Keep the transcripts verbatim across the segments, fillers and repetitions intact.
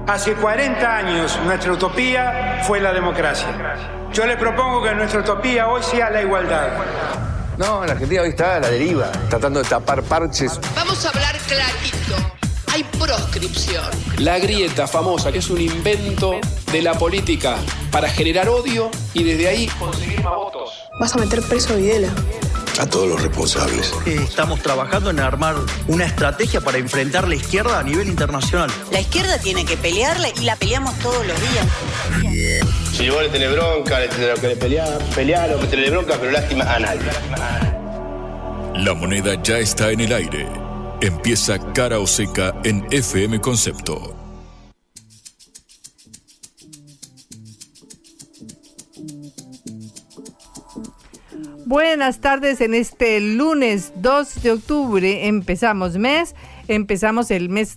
Hace cuarenta años nuestra utopía fue la democracia. Yo le propongo que nuestra utopía hoy sea la igualdad. No, la Argentina hoy está a la deriva, tratando de tapar parches. Vamos a hablar clarito. Hay proscripción. La grieta famosa, que es un invento de la política para generar odio y desde ahí conseguir más votos. Vas a meter preso a Videla. A todos los responsables. Estamos trabajando en armar una estrategia para enfrentar la izquierda a nivel internacional. La izquierda tiene que pelearla y la peleamos todos los días. Si vos le tenés bronca, le tenés que pelear, pelear o meterle bronca, pero lástima a nadie. La moneda ya está en el aire. Empieza Cara o Seca en F M Concepto. Buenas tardes en este lunes dos de octubre. Empezamos mes, empezamos el mes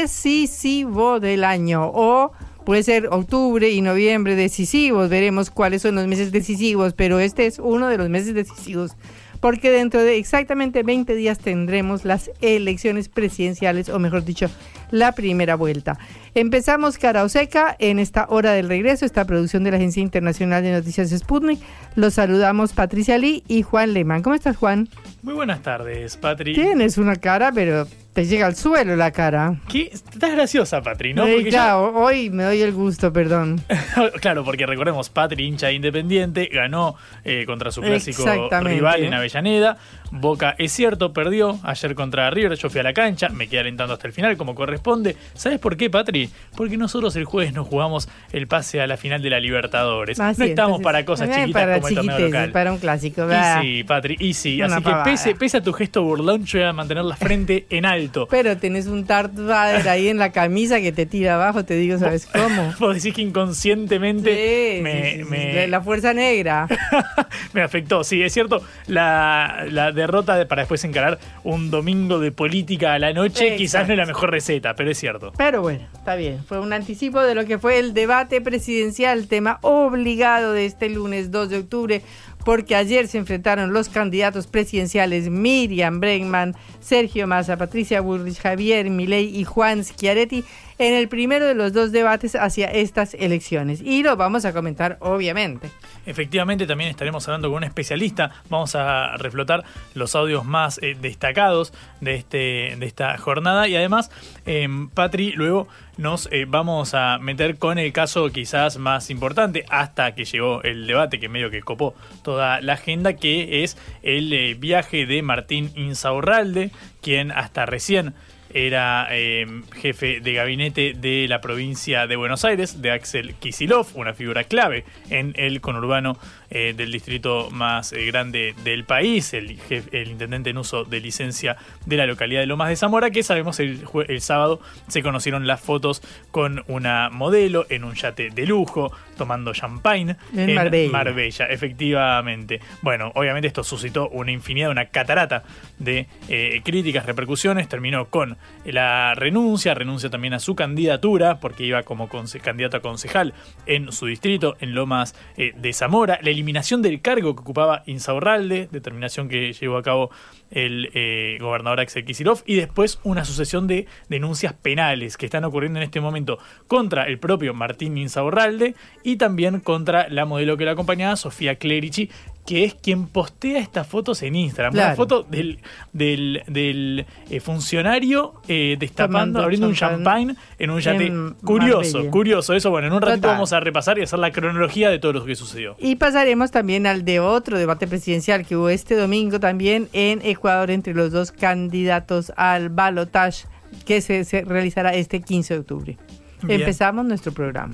decisivo del año, o puede ser octubre y noviembre decisivos. Veremos cuáles son los meses decisivos, pero este es uno de los meses decisivos, porque dentro de exactamente veinte días tendremos las elecciones presidenciales, o mejor dicho, la primera vuelta. Empezamos Cara o Seca en esta hora del regreso, esta producción de la Agencia Internacional de Noticias Sputnik. Los saludamos Patricia Lee y Juan Lehmann. ¿Cómo estás, Juan? Muy buenas tardes, Patri. Tienes una cara, pero te llega al suelo la cara. ¿Qué? Estás graciosa, Patri, ¿no? Porque claro, ya... hoy me doy el gusto, perdón. Claro, porque recordemos, Patri, hincha de Independiente, ganó eh, contra su clásico rival en Avellaneda. Boca, es cierto, perdió ayer contra River. Yo fui a la cancha, me quedé alentando hasta el final, como corresponde. ¿Sabes por qué, Patri? Porque nosotros el jueves nos jugamos el pase a la final de la Libertadores. Así no estamos entonces, para cosas chiquitas para como el torneo local. Para un clásico, ¿verdad? Y sí, Patri, y sí. Una Así pavada. que pese, pese a tu gesto burlón, yo voy a mantener la frente en alto. Pero tenés un Darth Vader ahí en la camisa que te tira abajo, te digo, ¿sabes cómo? Vos decís que inconscientemente sí, me, sí, sí, me... Sí. La fuerza negra. Me afectó, sí, es cierto. La, la derrota de, para después encarar un domingo de política a la noche, Exacto. quizás no es la mejor receta, pero es cierto. Pero bueno, está bien. Fue un anticipo de lo que fue el debate presidencial, tema obligado de este lunes dos de octubre, porque ayer se enfrentaron los candidatos presidenciales Miriam Bregman, Sergio Massa, Patricia Bullrich, Javier Milei y Juan Schiaretti en el primero de los dos debates hacia estas elecciones. Y lo vamos a comentar, obviamente. Efectivamente, también estaremos hablando con un especialista. Vamos a reflotar los audios más eh, destacados de, este, de esta jornada. Y además, eh, Patri, luego nos eh, vamos a meter con el caso quizás más importante hasta que llegó el debate, que medio que copó toda la agenda, que es el eh, viaje de Martín Insaurralde, quien hasta recién era eh, jefe de gabinete de la provincia de Buenos Aires, de Axel Kicillof, una figura clave en el conurbano eh, del distrito más eh, grande del país, el, jefe, el intendente en uso de licencia de la localidad de Lomas de Zamora, que sabemos el, el sábado se conocieron las fotos con una modelo en un yate de lujo, tomando champagne en, en Marbella. Marbella, efectivamente. Bueno, obviamente esto suscitó una infinidad, una catarata de eh, críticas, repercusiones, terminó con la renuncia, renuncia también a su candidatura, porque iba como conce- candidato a concejal en su distrito, en Lomas eh, de Zamora, la eliminación del cargo que ocupaba Insaurralde, determinación que llevó a cabo el eh, gobernador Axel Kicillof, y después una sucesión de denuncias penales que están ocurriendo en este momento contra el propio Martín Insaurralde y también contra la modelo que la acompañaba, Sofía Clerici, que es quien postea estas fotos en Instagram. Claro. Una foto del, del, del eh, funcionario eh, destapando, Tomando abriendo champán un champagne en un yate. En curioso, Marbella. curioso. Eso, bueno, en un ratito Total. vamos a repasar y hacer la cronología de todo lo que sucedió. Y pasaremos también al de otro debate presidencial que hubo este domingo también en Ecuador entre los dos candidatos al balotaje que se, se realizará este quince de octubre. Bien. Empezamos nuestro programa.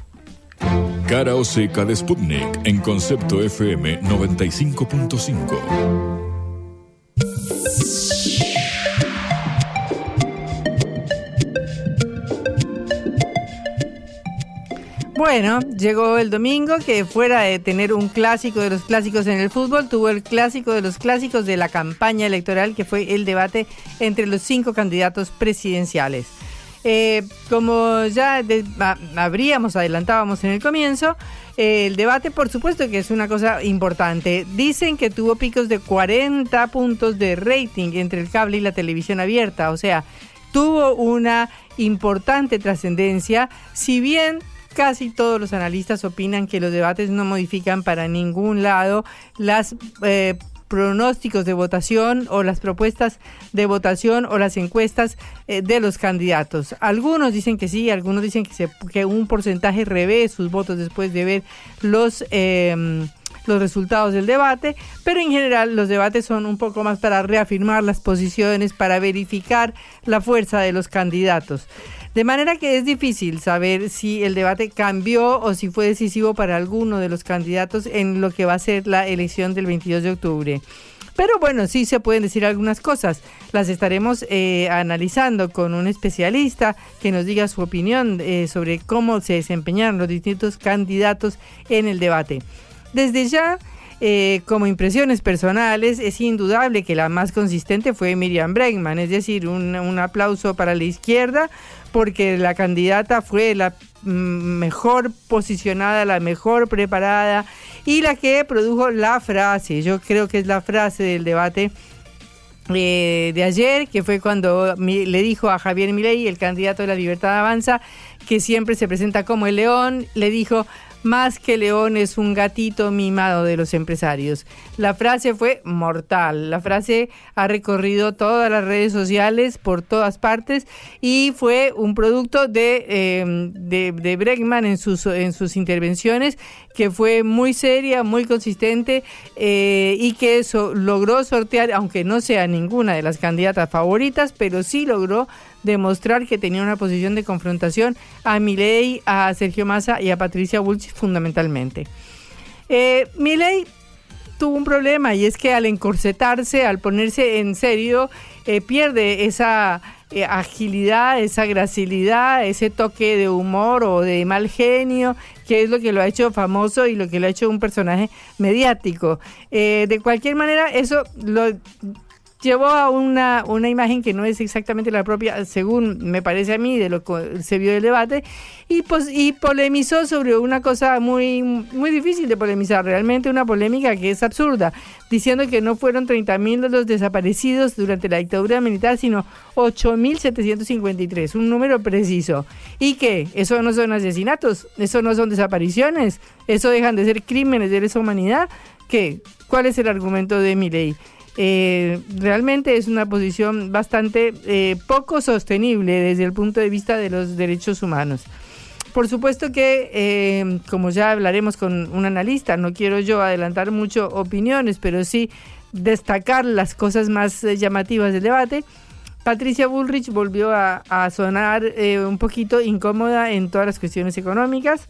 Cara o Seca de Sputnik en Concepto F M noventa y cinco punto cinco. Bueno, llegó el domingo que fuera de tener un clásico de los clásicos en el fútbol, tuvo el clásico de los clásicos de la campaña electoral, que fue el debate entre los cinco candidatos presidenciales. Eh, como ya de, a, habríamos, adelantábamos en el comienzo, eh, el debate por supuesto que es una cosa importante. Dicen que tuvo picos de cuarenta puntos de rating entre el cable y la televisión abierta, o sea tuvo una importante trascendencia, si bien casi todos los analistas opinan que los debates no modifican para ningún lado las eh, pronósticos de votación o las propuestas de votación o las encuestas eh, de los candidatos. Algunos dicen que sí, algunos dicen que, se, que un porcentaje revé sus votos después de ver los, eh, los resultados del debate, pero en general los debates son un poco más para reafirmar las posiciones, para verificar la fuerza de los candidatos. De manera que es difícil saber si el debate cambió o si fue decisivo para alguno de los candidatos en lo que va a ser la elección del veintidós de octubre. Pero bueno, sí se pueden decir algunas cosas. Las estaremos eh, analizando con un especialista que nos diga su opinión eh, sobre cómo se desempeñaron los distintos candidatos en el debate. Desde ya, Eh, como impresiones personales, es indudable que la más consistente fue Miriam Bregman, es decir, un, un aplauso para la izquierda, porque la candidata fue la mm, mejor posicionada, la mejor preparada y la que produjo la frase, yo creo que es la frase del debate eh, de ayer, que fue cuando mi, le dijo a Javier Milei, el candidato de La Libertad Avanza, que siempre se presenta como el león, le dijo: más que león es un gatito mimado de los empresarios. La frase fue mortal. La frase ha recorrido todas las redes sociales por todas partes y fue un producto de, eh, de, de Bregman en sus, en sus intervenciones, que fue muy seria, muy consistente eh, y que eso logró sortear, aunque no sea ninguna de las candidatas favoritas, pero sí logró demostrar que tenía una posición de confrontación a Milei, a Sergio Massa y a Patricia Bullrich fundamentalmente. Eh, Milei tuvo un problema, y es que al encorsetarse, al ponerse en serio, eh, pierde esa eh, agilidad, esa gracilidad, ese toque de humor o de mal genio, que es lo que lo ha hecho famoso y lo que lo ha hecho un personaje mediático. Eh, de cualquier manera, eso lo llevó a una, una imagen que no es exactamente la propia, según me parece a mí, de lo que se vio del debate, y, pues, y polemizó sobre una cosa muy, muy difícil de polemizar, realmente una polémica que es absurda, diciendo que no fueron treinta mil los desaparecidos durante la dictadura militar, sino ocho mil setecientos cincuenta y tres, un número preciso. ¿Y qué? ¿Eso no son asesinatos? ¿Eso no son desapariciones? ¿Eso dejan de ser crímenes de lesa humanidad? ¿Qué? ¿Cuál es el argumento de Milei? Eh, realmente es una posición bastante eh, poco sostenible desde el punto de vista de los derechos humanos. Por supuesto que, eh, como ya hablaremos con un analista, no quiero yo adelantar mucho opiniones, pero sí destacar las cosas más eh, llamativas del debate. Patricia Bullrich volvió a, a sonar eh, un poquito incómoda en todas las cuestiones económicas,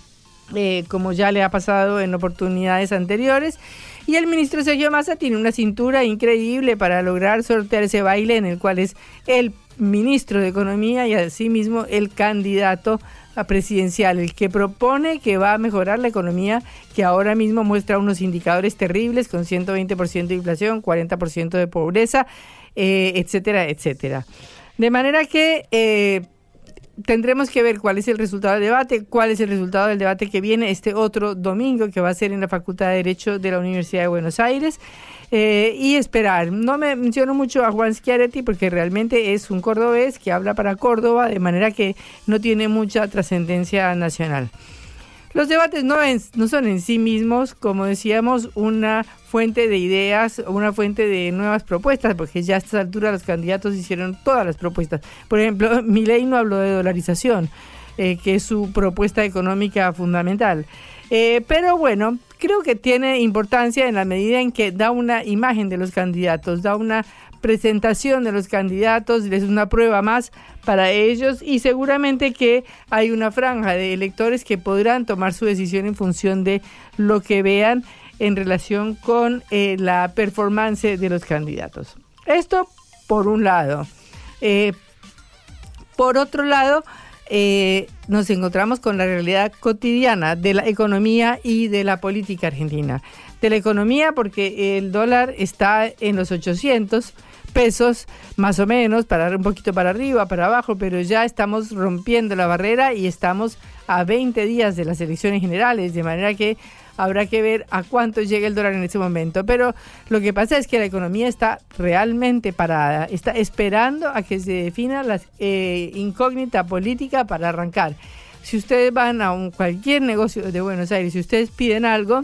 eh, como ya le ha pasado en oportunidades anteriores. Y el ministro Sergio Massa tiene una cintura increíble para lograr sortear ese baile en el cual es el ministro de Economía y asimismo el candidato a presidencial, el que propone que va a mejorar la economía, que ahora mismo muestra unos indicadores terribles con ciento veinte por ciento de inflación, cuarenta por ciento de pobreza, eh, etcétera, etcétera. De manera que Eh, tendremos que ver cuál es el resultado del debate, cuál es el resultado del debate que viene este otro domingo, que va a ser en la Facultad de Derecho de la Universidad de Buenos Aires, eh, y esperar. No me menciono mucho a Juan Schiaretti porque realmente es un cordobés que habla para Córdoba, de manera que no tiene mucha trascendencia nacional. Los debates no, en, no son en sí mismos, como decíamos, una fuente de ideas, una fuente de nuevas propuestas, porque ya a estas alturas los candidatos hicieron todas las propuestas. Por ejemplo, Milei no habló de dolarización, eh, que es su propuesta económica fundamental. Eh, pero bueno, creo que tiene importancia en la medida en que da una imagen de los candidatos, da una presentación de los candidatos, es una prueba más para ellos, y seguramente que hay una franja de electores que podrán tomar su decisión en función de lo que vean en relación con eh, la performance de los candidatos. Esto por un lado. Eh, por otro lado, eh, nos encontramos con la realidad cotidiana de la economía y de la política argentina. De la economía, porque el dólar está en los ochocientos pesos, más o menos, para un poquito para arriba, para abajo, pero ya estamos rompiendo la barrera y estamos a veinte días de las elecciones generales, de manera que habrá que ver a cuánto llega el dólar en ese momento. Pero lo que pasa es que la economía está realmente parada, está esperando a que se defina la eh, incógnita política para arrancar. Si ustedes van a un, cualquier negocio de Buenos Aires, si ustedes piden algo,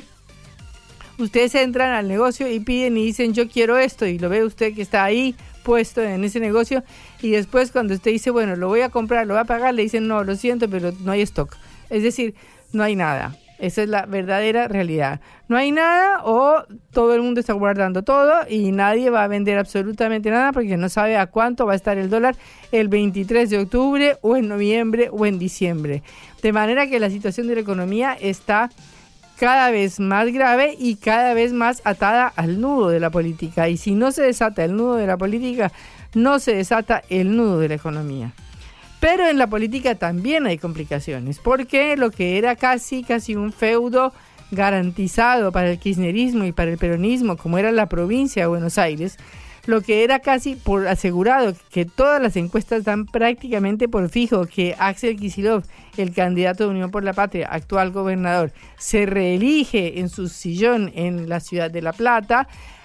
ustedes entran al negocio y piden y dicen yo quiero esto, y lo ve usted que está ahí puesto en ese negocio, y después cuando usted dice bueno, lo voy a comprar, lo voy a pagar, le dicen no, lo siento, pero no hay stock. Es decir, no hay nada. Esa es la verdadera realidad. No hay nada, o todo el mundo está guardando todo y nadie va a vender absolutamente nada porque no sabe a cuánto va a estar el dólar el veintitrés de octubre o en noviembre o en diciembre. De manera que la situación de la economía está cada vez más grave y cada vez más atada al nudo de la política. Y si no se desata el nudo de la política, no se desata el nudo de la economía. Pero en la política también hay complicaciones, porque lo que era casi, casi un feudo garantizado para el kirchnerismo y para el peronismo, como era la provincia de Buenos Aires, lo que era casi por asegurado, que todas las encuestas dan prácticamente por fijo que Axel Kicillof, el candidato de Unión por la Patria, actual gobernador, se reelige en su sillón en la ciudad de La Plata.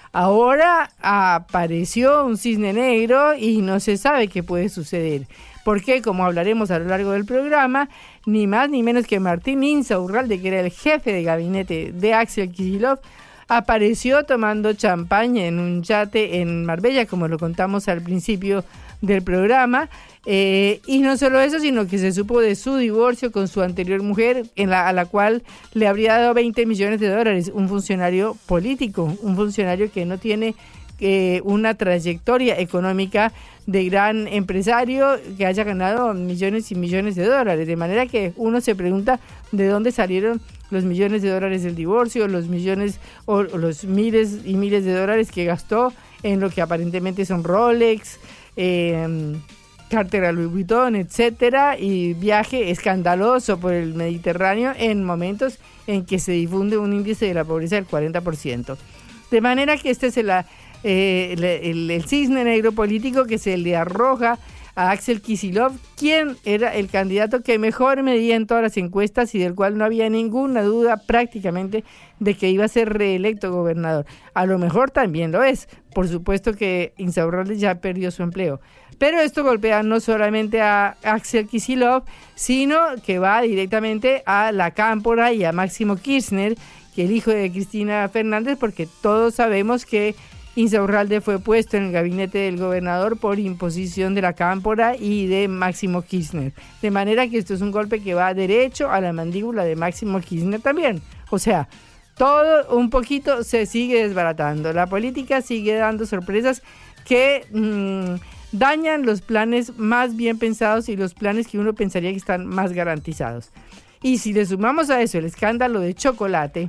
Ahora apareció un cisne negro y no se sabe qué puede suceder. Porque, como hablaremos a lo largo del programa, ni más ni menos que Martín Insaurralde, que era el jefe de gabinete de Axel Kicillof, apareció tomando champaña en un yate en Marbella, como lo contamos al principio del programa. Eh, y no solo eso, sino que se supo de su divorcio con su anterior mujer, en la, a la cual le habría dado veinte millones de dólares, un funcionario político, un funcionario que no tiene eh, una trayectoria económica de gran empresario que haya ganado millones y millones de dólares, de manera que uno se pregunta de dónde salieron los millones de dólares del divorcio, los millones o, o los miles y miles de dólares que gastó en lo que aparentemente son Rolex, eh, cartera Louis Vuitton, etcétera, y viaje escandaloso por el Mediterráneo en momentos en que se difunde un índice de la pobreza del cuarenta por ciento. De manera que este es el, eh, el, el, el cisne negro político que se le arroja a Axel Kicillof, quien era el candidato que mejor medía en todas las encuestas y del cual no había ninguna duda prácticamente de que iba a ser reelecto gobernador. A lo mejor también lo es. Por supuesto que Insaurralde ya perdió su empleo. Pero esto golpea no solamente a Axel Kicillof, sino que va directamente a la Cámpora y a Máximo Kirchner, que el hijo de Cristina Fernández, porque todos sabemos que Insaurralde fue puesto en el gabinete del gobernador por imposición de la Cámpora y de Máximo Kirchner. De manera que esto es un golpe que va derecho a la mandíbula de Máximo Kirchner también. O sea, todo un poquito se sigue desbaratando. La política sigue dando sorpresas que mmm, dañan los planes más bien pensados y los planes que uno pensaría que están más garantizados. Y si le sumamos a eso el escándalo de Chocolate,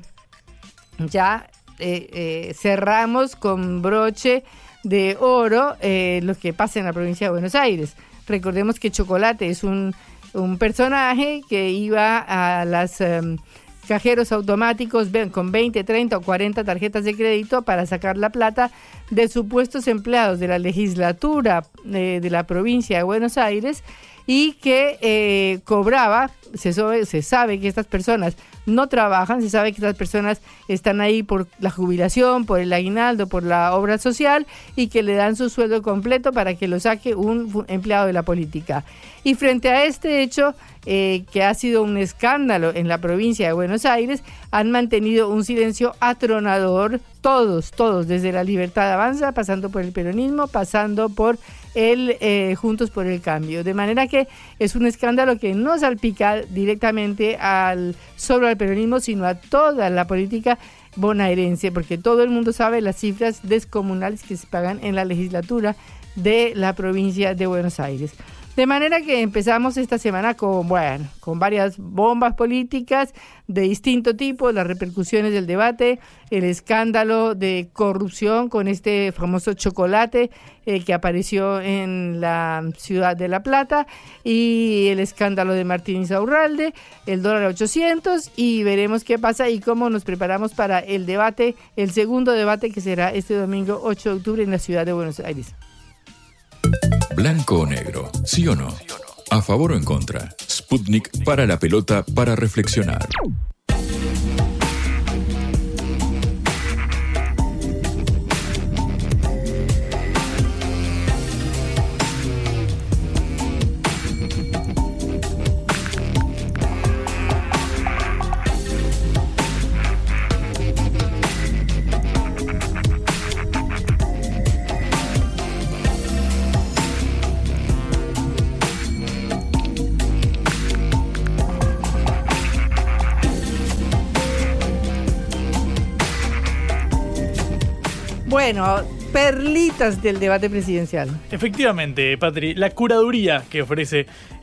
ya eh, eh, cerramos con broche de oro eh, lo que pasa en la provincia de Buenos Aires. Recordemos que Chocolate es un, un personaje que iba a las um, cajeros automáticos con veinte, treinta o cuarenta tarjetas de crédito para sacar la plata de supuestos empleados de la legislatura eh, de la provincia de Buenos Aires, y que eh, cobraba, se, se sabe que estas personas no trabajan, se sabe que estas personas están ahí por la jubilación, por el aguinaldo, por la obra social, y que le dan su sueldo completo para que lo saque un empleado de la política. Y frente a este hecho, eh, que ha sido un escándalo en la provincia de Buenos Aires, han mantenido un silencio atronador todos, todos, desde la Libertad Avanza, pasando por el peronismo, pasando por el eh, Juntos por el Cambio. De manera que es un escándalo que no salpica directamente al solo al peronismo, sino a toda la política bonaerense, porque todo el mundo sabe las cifras descomunales que se pagan en la legislatura de la provincia de Buenos Aires. De manera que empezamos esta semana con, bueno, con varias bombas políticas de distinto tipo, las repercusiones del debate, el escándalo de corrupción con este famoso Chocolate eh, que apareció en la ciudad de La Plata, y el escándalo de Martín Insaurralde, el dólar a ochocientos, y veremos qué pasa y cómo nos preparamos para el debate, el segundo debate que será este domingo ocho de octubre en la ciudad de Buenos Aires. Blanco o negro, ¿sí o no? ¿A favor o en contra? Sputnik para la pelota para reflexionar. Bueno, perlitas del debate presidencial. Efectivamente, Patri, la curaduría que ofrece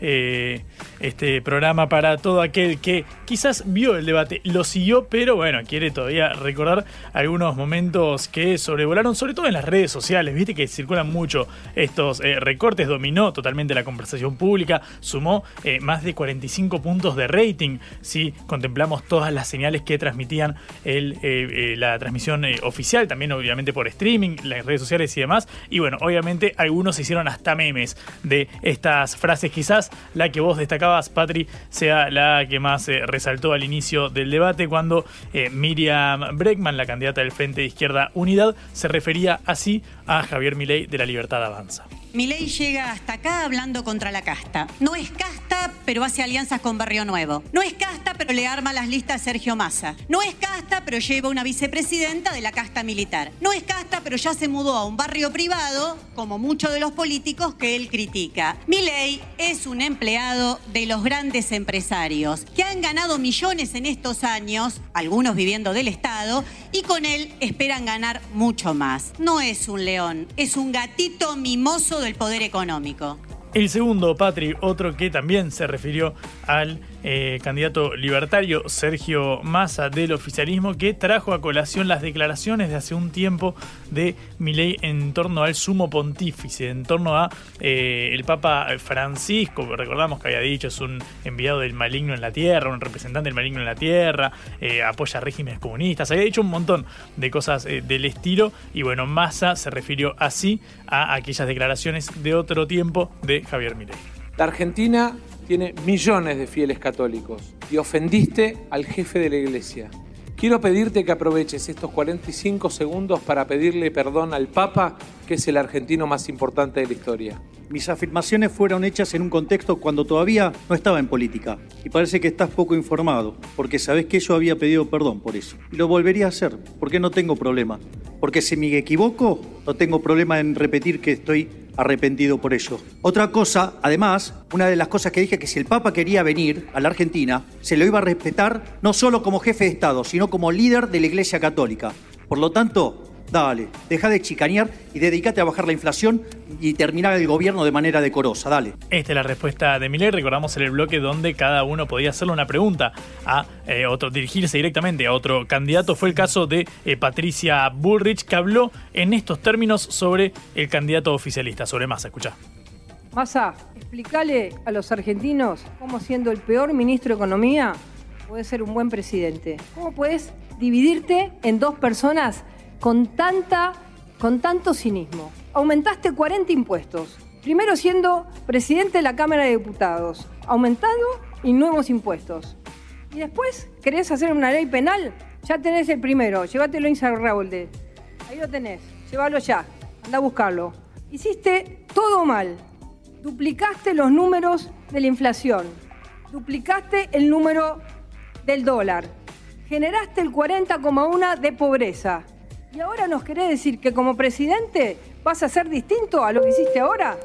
eh, este programa para todo aquel que quizás vio el debate, lo siguió, pero bueno, quiere todavía recordar algunos momentos que sobrevolaron, sobre todo en las redes sociales. Viste que circulan mucho estos eh, recortes, dominó totalmente la conversación pública, sumó eh, más de cuarenta y cinco puntos de rating si contemplamos todas las señales que transmitían el, eh, eh, la transmisión eh, oficial, también obviamente por streaming, las redes sociales y demás. Y bueno, obviamente algunos hicieron hasta memes de estas frases. Quizás la que vos destacabas, Patri, sea la que más eh, resaltó al inicio del debate, cuando eh, Miriam Bregman, la candidata del Frente de Izquierda Unidad, se refería así a Javier Milei de La Libertad Avanza. Milei llega hasta acá hablando contra la casta. No es casta, pero hace alianzas con Barrio Nuevo. No es casta, pero le arma las listas a Sergio Massa. No es casta, pero lleva una vicepresidenta de la casta militar. No es casta, pero ya se mudó a un barrio privado, como muchos de los políticos que él critica. Milei es un empleado de los grandes empresarios, que han ganado millones en estos años, algunos viviendo del Estado, y con él esperan ganar mucho más. No es un león, es un gatito mimoso del poder económico. El segundo, Patri, otro que también se refirió al eh, candidato libertario Sergio Massa del oficialismo, que trajo a colación las declaraciones de hace un tiempo de Milei en torno al sumo pontífice, en torno a eh, el Papa Francisco. Recordamos que había dicho es un enviado del maligno en la tierra, un representante del maligno en la tierra, eh, apoya regímenes comunistas, había dicho un montón de cosas eh, del estilo. Y bueno, Massa se refirió así a aquellas declaraciones de otro tiempo de Javier Milei. La Argentina tiene millones de fieles católicos y ofendiste al jefe de la iglesia. Quiero pedirte que aproveches estos cuarenta y cinco segundos para pedirle perdón al Papa, que es el argentino más importante de la historia. Mis afirmaciones fueron hechas en un contexto cuando todavía no estaba en política. Y parece que estás poco informado, porque sabés que yo había pedido perdón por eso. Y lo volvería a hacer, porque no tengo problema. Porque si me equivoco, no tengo problema en repetir que estoy arrepentido por ello. Otra cosa, además, una de las cosas que dije, que si el Papa quería venir a la Argentina, se lo iba a respetar no solo como jefe de Estado, sino como líder de la Iglesia Católica. Por lo tanto, dale, deja de chicanear y dedícate a bajar la inflación y terminar el gobierno de manera decorosa, dale. Esta es la respuesta de Milei. Recordamos en el bloque donde cada uno podía hacerle una pregunta a eh, otro, dirigirse directamente a otro candidato. Fue el caso de eh, Patricia Bullrich, que habló en estos términos sobre el candidato oficialista, sobre Massa. Escuchá. Massa, explícale a los argentinos cómo, siendo el peor ministro de Economía, puedes ser un buen presidente. ¿Cómo puedes dividirte en dos personas con tanta, con tanto cinismo? Aumentaste cuarenta impuestos. Primero siendo presidente de la Cámara de Diputados. Aumentado y nuevos impuestos. Y después, ¿querés hacer una ley penal? Ya tenés el primero. Llévatelo a Insaurralde. Ahí lo tenés. Llévalo ya. Anda a buscarlo. Hiciste todo mal. Duplicaste los números de la inflación. Duplicaste el número del dólar. Generaste el cuarenta coma uno de pobreza. ¿Y ahora nos querés decir que como presidente vas a ser distinto a lo que hiciste ahora?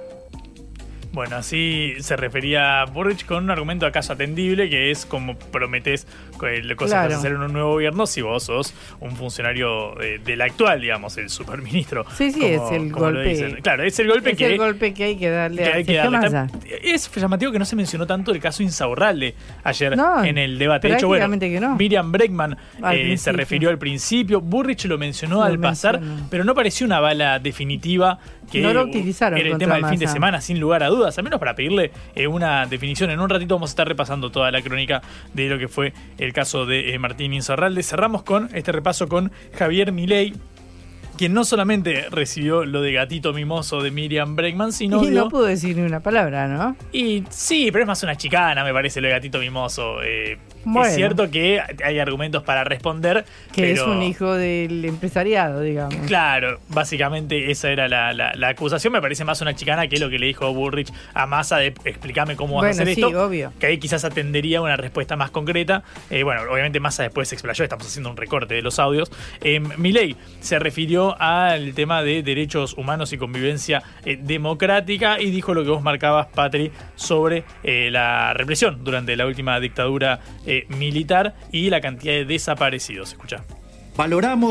Bueno, así se refería Bullrich con un argumento acaso atendible, que es como prometés cosas claro. que vas a hacer en un nuevo gobierno si vos sos un funcionario de, del actual, digamos, el superministro. Sí, sí, como, es el golpe. Claro, es el golpe es que... el golpe que hay que darle que a hay que darle. Está, es llamativo que no se mencionó tanto el caso Insaurralde ayer no, en el debate. De hecho, bueno, que no. Miriam Bregman eh, se refirió al principio, Bullrich lo mencionó lo al pasar, mencionó. Pero no pareció una bala definitiva que no lo utilizaron era el tema del Massa. Fin de semana, sin lugar a dudas, al menos para pedirle eh, una definición. En un ratito vamos a estar repasando toda la crónica de lo que fue el caso de eh, Martín Insaurralde. Cerramos con este repaso con Javier Milei, quien no solamente recibió lo de gatito mimoso de Miriam Bregman, sino... Y no dio... pudo decir ni una palabra, ¿no? Y sí, pero es más una chicana, me parece, lo de gatito mimoso. Eh, bueno. Es cierto que hay argumentos para responder. Que pero... es un hijo del empresariado, digamos. Claro, básicamente esa era la, la, la acusación. Me parece más una chicana que lo que le dijo Bullrich a Massa de explícame cómo vas bueno, a hacer sí, esto. Obvio. Que ahí quizás atendería una respuesta más concreta. Eh, bueno, obviamente Massa después se explayó, estamos haciendo un recorte de los audios. Eh, Milei se refirió al tema de derechos humanos y convivencia eh, democrática y dijo lo que vos marcabas, Patri, sobre eh, la represión durante la última dictadura eh, militar y la cantidad de desaparecidos. Escuchá. Valoramos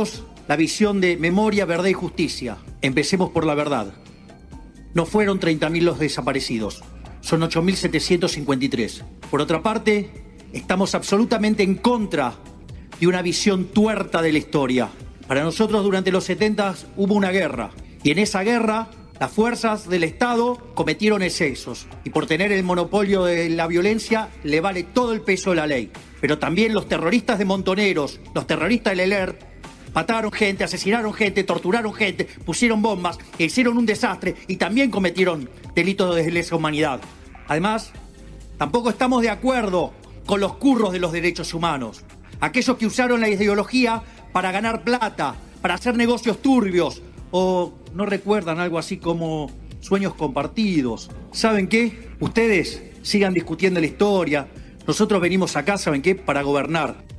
la visión de memoria, verdad y justicia. Empecemos por la verdad. No fueron treinta mil los desaparecidos, son ocho mil setecientos cincuenta y tres. Por otra parte, estamos absolutamente en contra de una visión tuerta de la historia. Para nosotros, durante los setenta hubo una guerra, y en esa guerra las fuerzas del Estado cometieron excesos, y por tener el monopolio de la violencia le vale todo el peso de la ley. Pero también los terroristas de Montoneros, los terroristas del E L E R, mataron gente, asesinaron gente, torturaron gente, pusieron bombas, hicieron un desastre y también cometieron delitos de lesa humanidad. Además, tampoco estamos de acuerdo con los curros de los derechos humanos, aquellos que usaron la ideología para ganar plata, para hacer negocios turbios, o no recuerdan algo así como sueños compartidos. ¿Saben qué? Ustedes sigan discutiendo la historia. Nosotros venimos acá, ¿saben qué? Para gobernar.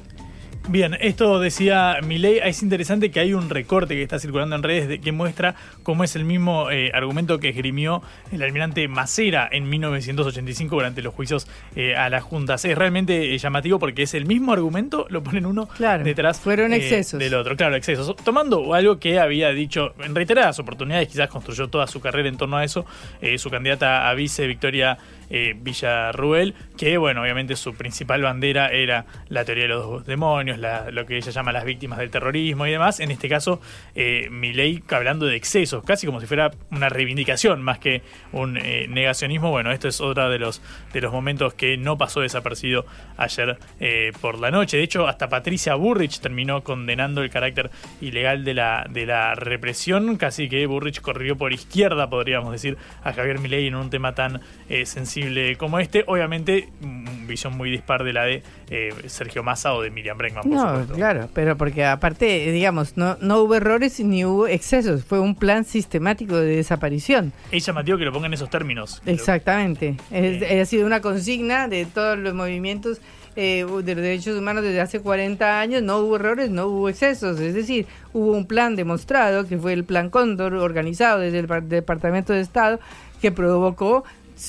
Bien, esto decía Milei. Es interesante que hay un recorte que está circulando en redes de, que muestra cómo es el mismo eh, argumento que esgrimió el almirante Macera en mil novecientos ochenta y cinco durante los juicios eh, a las juntas. Es realmente eh, llamativo porque es el mismo argumento, lo ponen uno claro, detrás fueron eh, excesos. del otro. Claro, excesos. Tomando algo que había dicho en reiteradas oportunidades, quizás construyó toda su carrera en torno a eso, eh, su candidata a vice, Victoria eh, Villarruel, que bueno, obviamente su principal bandera era la teoría de los demonios, La, lo que ella llama las víctimas del terrorismo y demás. En este caso, eh, Milei hablando de excesos, casi como si fuera una reivindicación más que un eh, negacionismo. Bueno, esto es otro de los, de los momentos que no pasó desapercibido ayer eh, por la noche. De hecho, hasta Patricia Bullrich terminó condenando el carácter ilegal de la, de la represión. Casi que Bullrich corrió por izquierda, podríamos decir, a Javier Milei en un tema tan eh, sensible como este. Obviamente, visión muy dispar de la de eh, Sergio Massa o de Miriam Bregman, por no, supuesto. Claro, pero porque aparte, digamos, no, no hubo errores ni hubo excesos, fue un plan sistemático de desaparición. Es llamativo que lo pongan en esos términos. Exactamente, es, ha sido una consigna de todos los movimientos eh, de los derechos humanos desde hace cuarenta años, no hubo errores, no hubo excesos, es decir, hubo un plan demostrado, que fue el Plan Cóndor, organizado desde el Departamento de Estado, que provocó,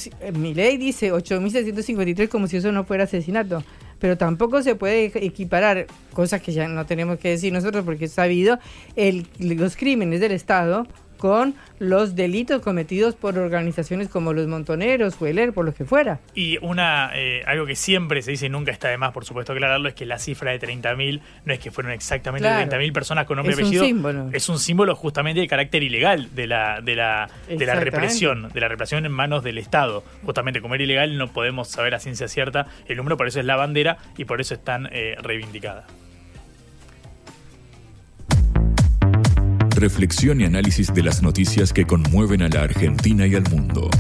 Milei dice ocho mil seiscientos cincuenta y tres como si eso no fuera asesinato. Pero tampoco se puede equiparar, cosas que ya no tenemos que decir nosotros porque es sabido, el, los crímenes del Estado con los delitos cometidos por organizaciones como los Montoneros o el E L E R, por lo que fuera. Y una eh, algo que siempre se dice y nunca está de más, por supuesto, aclararlo, es que la cifra de treinta mil no es que fueron exactamente claro. treinta mil personas con nombre y apellido. Es un símbolo. Es un símbolo justamente del carácter ilegal de la, de la, de la represión, de la represión en manos del Estado. Justamente como era ilegal no podemos saber a ciencia cierta el número, por eso es la bandera y por eso es tan eh, reivindicada. Reflexión y análisis de las noticias que conmueven a la Argentina y al mundo.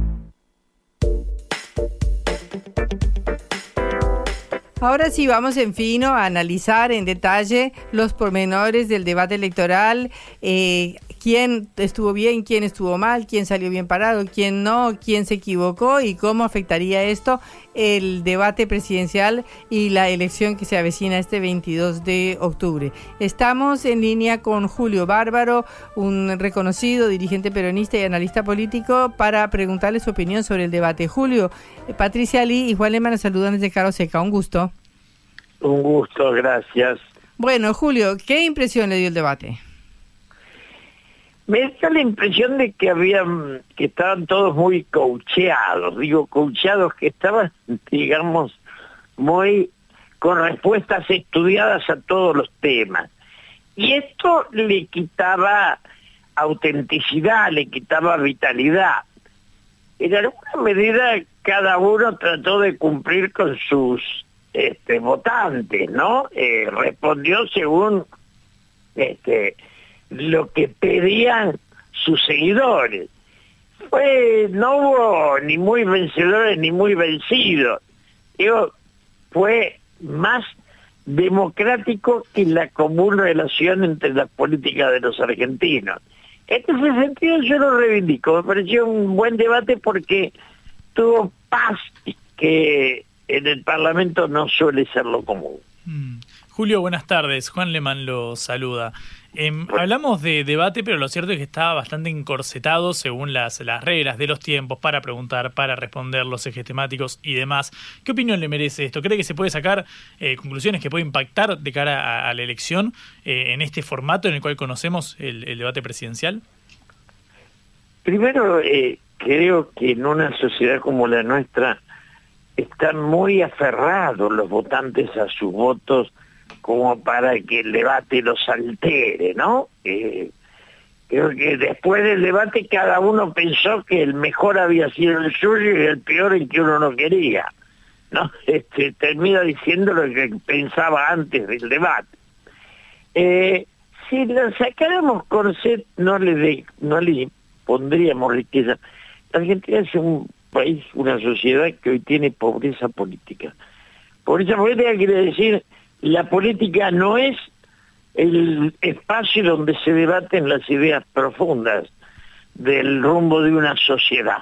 Ahora sí vamos en fino a analizar en detalle los pormenores del debate electoral, eh, quién estuvo bien, quién estuvo mal, quién salió bien parado, quién no, quién se equivocó y cómo afectaría esto el debate presidencial y la elección que se avecina este veintidós de octubre. Estamos en línea con Julio Bárbaro, un reconocido dirigente peronista y analista político, para preguntarle su opinión sobre el debate. Julio, Patricia Ali y Juan Lema nos saludan desde Cara Oseca. Un gusto. Un gusto, gracias. Bueno, Julio, ¿qué impresión le dio el debate? Me da la impresión de que habían, que estaban todos muy coacheados, digo coacheados, que estaban, digamos, muy con respuestas estudiadas a todos los temas. Y esto le quitaba autenticidad, le quitaba vitalidad. En alguna medida cada uno trató de cumplir con sus este, votantes, ¿no? Eh, respondió según este lo que pedían sus seguidores. Fue, no hubo ni muy vencedores ni muy vencidos. Digo, fue más democrático que la común relación entre las políticas de los argentinos. En ese sentido yo lo reivindico. Me pareció un buen debate porque tuvo paz, que en el Parlamento no suele ser lo común. Mm. Julio, buenas tardes. Juan Lehmann lo saluda. Eh, hablamos de debate, pero lo cierto es que está bastante encorsetado según las, las reglas de los tiempos para preguntar, para responder, los ejes temáticos y demás. ¿Qué opinión le merece esto? ¿Cree que se puede sacar eh, conclusiones que pueden impactar de cara a, a la elección eh, en este formato en el cual conocemos el, el debate presidencial? Primero, eh, creo que en una sociedad como la nuestra están muy aferrados los votantes a sus votos como para que el debate los altere, ¿no? Eh, creo que después del debate cada uno pensó que el mejor había sido el suyo y el peor el que uno no quería, ¿no? Este, termina diciendo lo que pensaba antes del debate. Eh, si lo sacáramos corset, no le, de, no le pondríamos riqueza. Argentina es un país, una sociedad que hoy tiene pobreza política. Pobreza política quiere decir la política no es el espacio donde se debaten las ideas profundas del rumbo de una sociedad.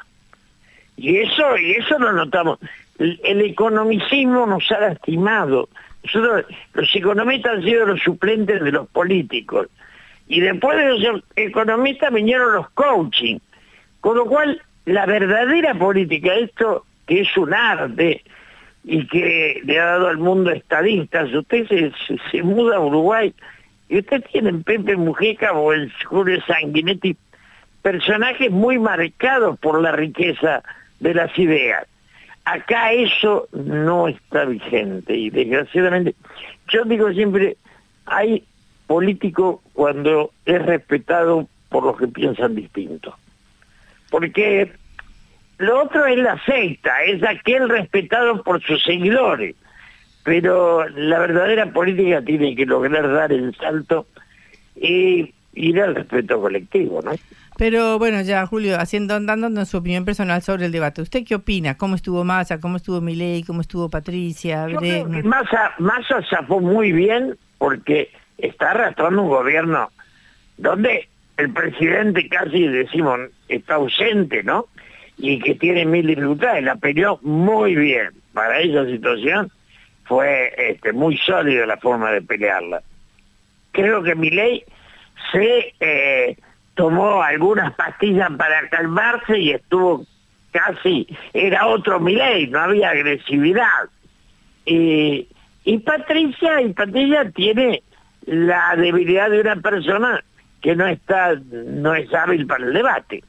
Y eso, y eso lo notamos. El, el economicismo nos ha lastimado. Nosotros, los economistas han sido los suplentes de los políticos. Y después de los economistas vinieron los coaching. Con lo cual, la verdadera política, esto que es un arte, y que le ha dado al mundo estadistas. Usted se, se, se muda a Uruguay y usted tiene en Pepe Mujica o el Julio Sanguinetti personajes muy marcados por la riqueza de las ideas. Acá eso no está vigente y desgraciadamente, yo digo siempre, hay político cuando es respetado por los que piensan distinto. Porque lo otro es la secta, es aquel respetado por sus seguidores, pero la verdadera política tiene que lograr dar el salto y ir al respeto colectivo, ¿no? Pero bueno, ya Julio, haciendo dándonos su opinión personal sobre el debate, ¿usted qué opina? ¿Cómo estuvo Massa? ¿Cómo estuvo Milei? ¿Cómo estuvo Patricia? Yo creo que Massa, Massa zafó muy bien porque está arrastrando un gobierno donde el presidente casi, decimos, está ausente, ¿no? Y que tiene mil dificultades, la peleó muy bien. Para esa situación fue este, muy sólida la forma de pelearla. Creo que Milei se eh, tomó algunas pastillas para calmarse y estuvo casi, era otro Milei, no había agresividad. Y, y Patricia, y Patricia tiene la debilidad de una persona que no está, no es hábil para el debate.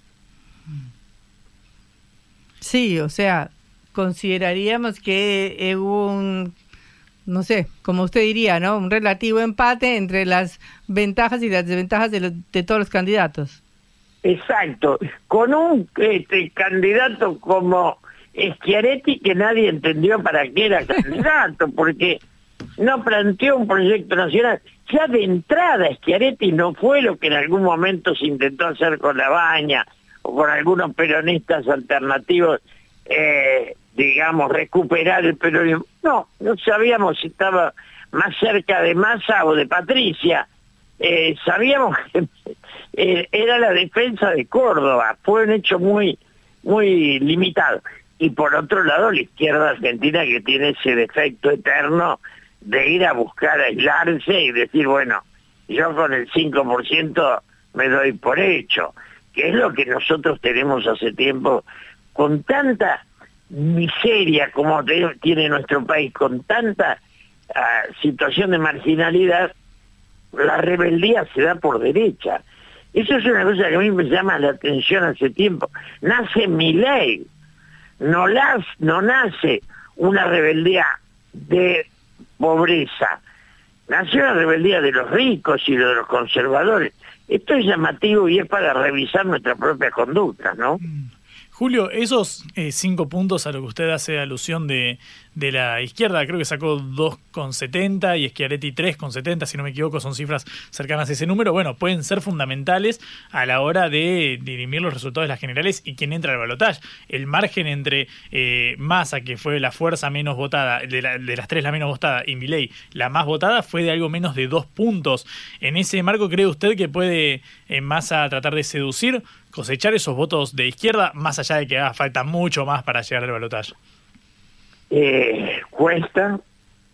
Sí, o sea, consideraríamos que hubo un, no sé, como usted diría, ¿no? Un relativo empate entre las ventajas y las desventajas de, los, de todos los candidatos. Exacto, con un este, candidato como Schiaretti que nadie entendió para qué era candidato, porque no planteó un proyecto nacional. Ya de entrada Schiaretti no fue lo que en algún momento se intentó hacer con La Baña, o con algunos peronistas alternativos, eh, digamos, recuperar el peronismo. No, no sabíamos si estaba más cerca de Massa o de Patricia. Eh, sabíamos que eh, era la defensa de Córdoba. Fue un hecho muy, muy limitado. Y por otro lado, la izquierda argentina que tiene ese defecto eterno de ir a buscar aislarse y decir, bueno, yo con el cinco por ciento me doy por hecho. Que es lo que nosotros tenemos hace tiempo, con tanta miseria como tiene nuestro país, con tanta uh, situación de marginalidad, la rebeldía se da por derecha. Eso es una cosa que a mí me llama la atención hace tiempo. Nace Milei, no, las, no nace una rebeldía de pobreza, nace una rebeldía de los ricos y de los conservadores. Esto es llamativo y es para revisar nuestra propia conducta, ¿no? Julio, esos eh, cinco puntos a lo que usted hace alusión de, de la izquierda, creo que sacó dos coma setenta y Schiaretti tres coma setenta, si no me equivoco, son cifras cercanas a ese número, bueno, pueden ser fundamentales a la hora de dirimir los resultados de las generales y quién entra al balotaje. El margen entre eh, Massa, que fue la fuerza menos votada, de, la, de las tres la menos votada, y Milei, la más votada, fue de algo menos de dos puntos. En ese marco, ¿cree usted que puede eh, Massa tratar de seducir, cosechar esos votos de izquierda, más allá de que haga falta mucho más para llegar al balotaje? Eh, cuesta,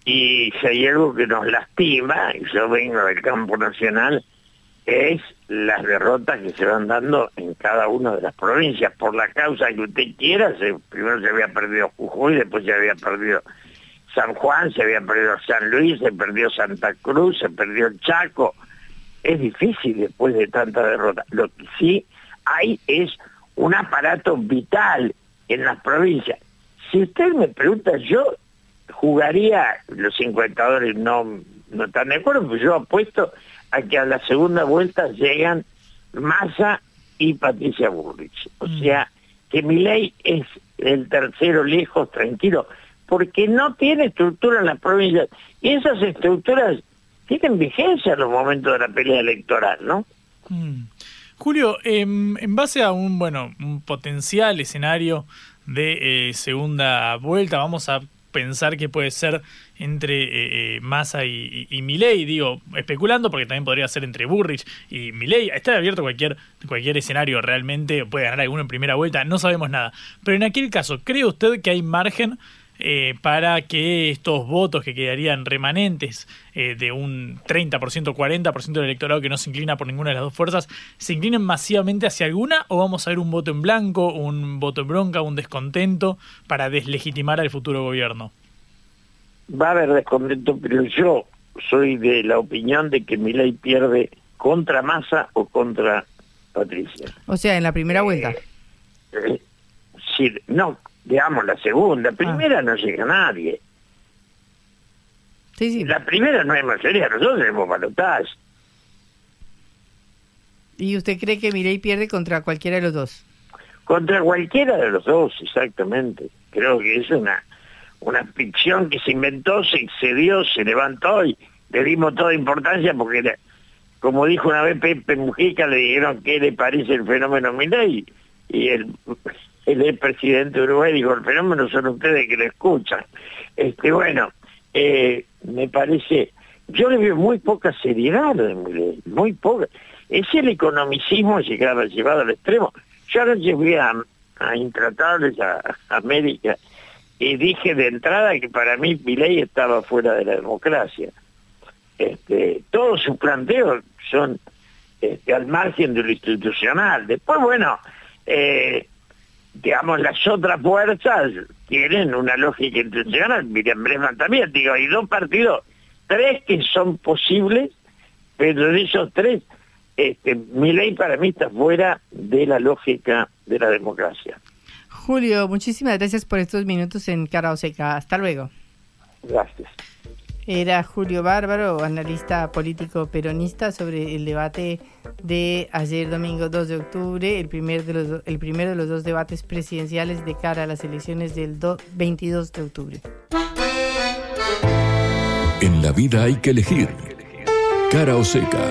Y si hay algo que nos lastima, y yo vengo del campo nacional, es las derrotas que se van dando en cada una de las provincias. Por la causa que usted quiera, se, primero se había perdido Jujuy, después se había perdido San Juan, se había perdido San Luis, se perdió Santa Cruz, se perdió Chaco. Es difícil después de tanta derrota. Lo que sí hay es un aparato vital en las provincias. Si usted me pregunta, yo jugaría, los encuestadores no, no están de acuerdo, pero yo apuesto a que a la segunda vuelta llegan Massa y Patricia Bullrich. O sea, que Milei es el tercero lejos, tranquilo, porque no tiene estructura en las provincias. Y esas estructuras tienen vigencia en los momentos de la pelea electoral, ¿no? Mm. Julio, eh, en base a un, bueno, un potencial escenario de eh, segunda vuelta, vamos a pensar que puede ser entre eh, Massa y, y, y Milei, digo, especulando, porque también podría ser entre Bullrich y Milei. Está abierto cualquier cualquier escenario, realmente puede ganar alguno en primera vuelta, no sabemos nada. Pero en aquel caso, ¿cree usted que hay margen eh, para que estos votos que quedarían remanentes eh, de un treinta por ciento, cuarenta por ciento del electorado que no se inclina por ninguna de las dos fuerzas, se inclinen masivamente hacia alguna, o vamos a ver un voto en blanco, un voto en bronca, un descontento para deslegitimar al futuro gobierno? Va a haber descontento, pero yo soy de la opinión de que Milei pierde contra Massa o contra Patricia. O sea, en la primera vuelta. Eh, eh, sí, no, digamos la segunda. Primera ah. no llega nadie. Sí, sí. La primera no hay mayoría, nosotros tenemos balotaje. ¿Y usted cree que Milei pierde contra cualquiera de los dos? Contra cualquiera de los dos, exactamente. Creo que es una... una ficción que se inventó, se excedió, se levantó y le dimos toda importancia porque, era, como dijo una vez Pepe Mujica, le dijeron qué le parece el fenómeno Milei, y el, el expresidente de Uruguay dijo, el fenómeno son ustedes que lo escuchan. Este, bueno, eh, me parece, yo le veo muy poca seriedad a Milei, muy poca. Es el economicismo llegado, llevado al extremo. Yo ahora llegué a, a Intratables, a, a América, y dije de entrada que para mí Milei estaba fuera de la democracia. Este, todos sus planteos son este, al margen de lo institucional. Después, bueno, eh, digamos, las otras fuerzas tienen una lógica institucional. Miriam Bregman también, digo, hay dos partidos, tres que son posibles, pero de esos tres, este, Milei para mí está fuera de la lógica de la democracia. Julio, muchísimas gracias por estos minutos en Cara o Seca. Hasta luego. Gracias. Era Julio Bárbaro, analista político peronista, sobre el debate de ayer domingo dos de octubre, el, primer de los, el primero de los dos debates presidenciales de cara a las elecciones del veintidós de octubre. En la vida hay que elegir. Cara o Seca.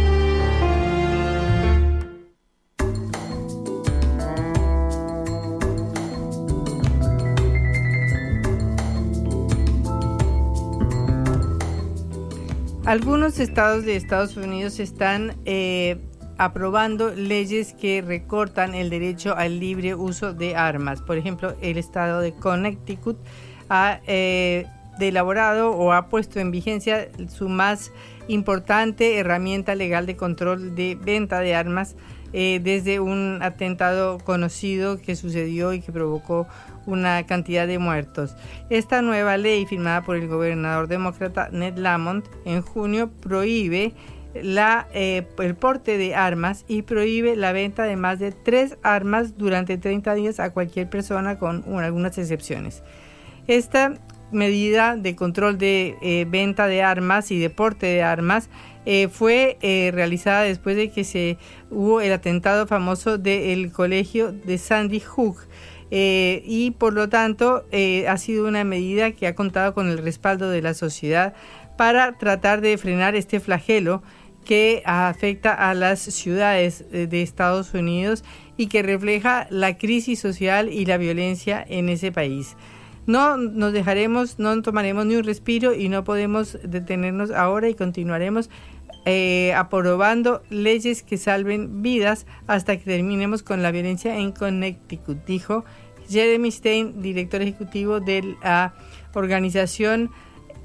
Algunos estados de Estados Unidos están eh, aprobando leyes que recortan el derecho al libre uso de armas. Por ejemplo, el estado de Connecticut ha eh, elaborado o ha puesto en vigencia su más importante herramienta legal de control de venta de armas eh, desde un atentado conocido que sucedió y que provocó una cantidad de muertos. Esta nueva ley, firmada por el gobernador demócrata Ned Lamont en junio, prohíbe la, eh, el porte de armas y prohíbe la venta de más de tres armas durante treinta días a cualquier persona, con un, algunas excepciones. Esta medida de control de eh, venta de armas y de porte de armas eh, fue eh, realizada después de que se hubo el atentado famoso del colegio de Sandy Hook. Eh, y por lo tanto eh, ha sido una medida que ha contado con el respaldo de la sociedad para tratar de frenar este flagelo que afecta a las ciudades de Estados Unidos y que refleja la crisis social y la violencia en ese país. No nos dejaremos, no tomaremos ni un respiro y no podemos detenernos ahora, y continuaremos eh, aprobando leyes que salven vidas hasta que terminemos con la violencia en Connecticut, dijo Jeremy Stein, director ejecutivo de la organización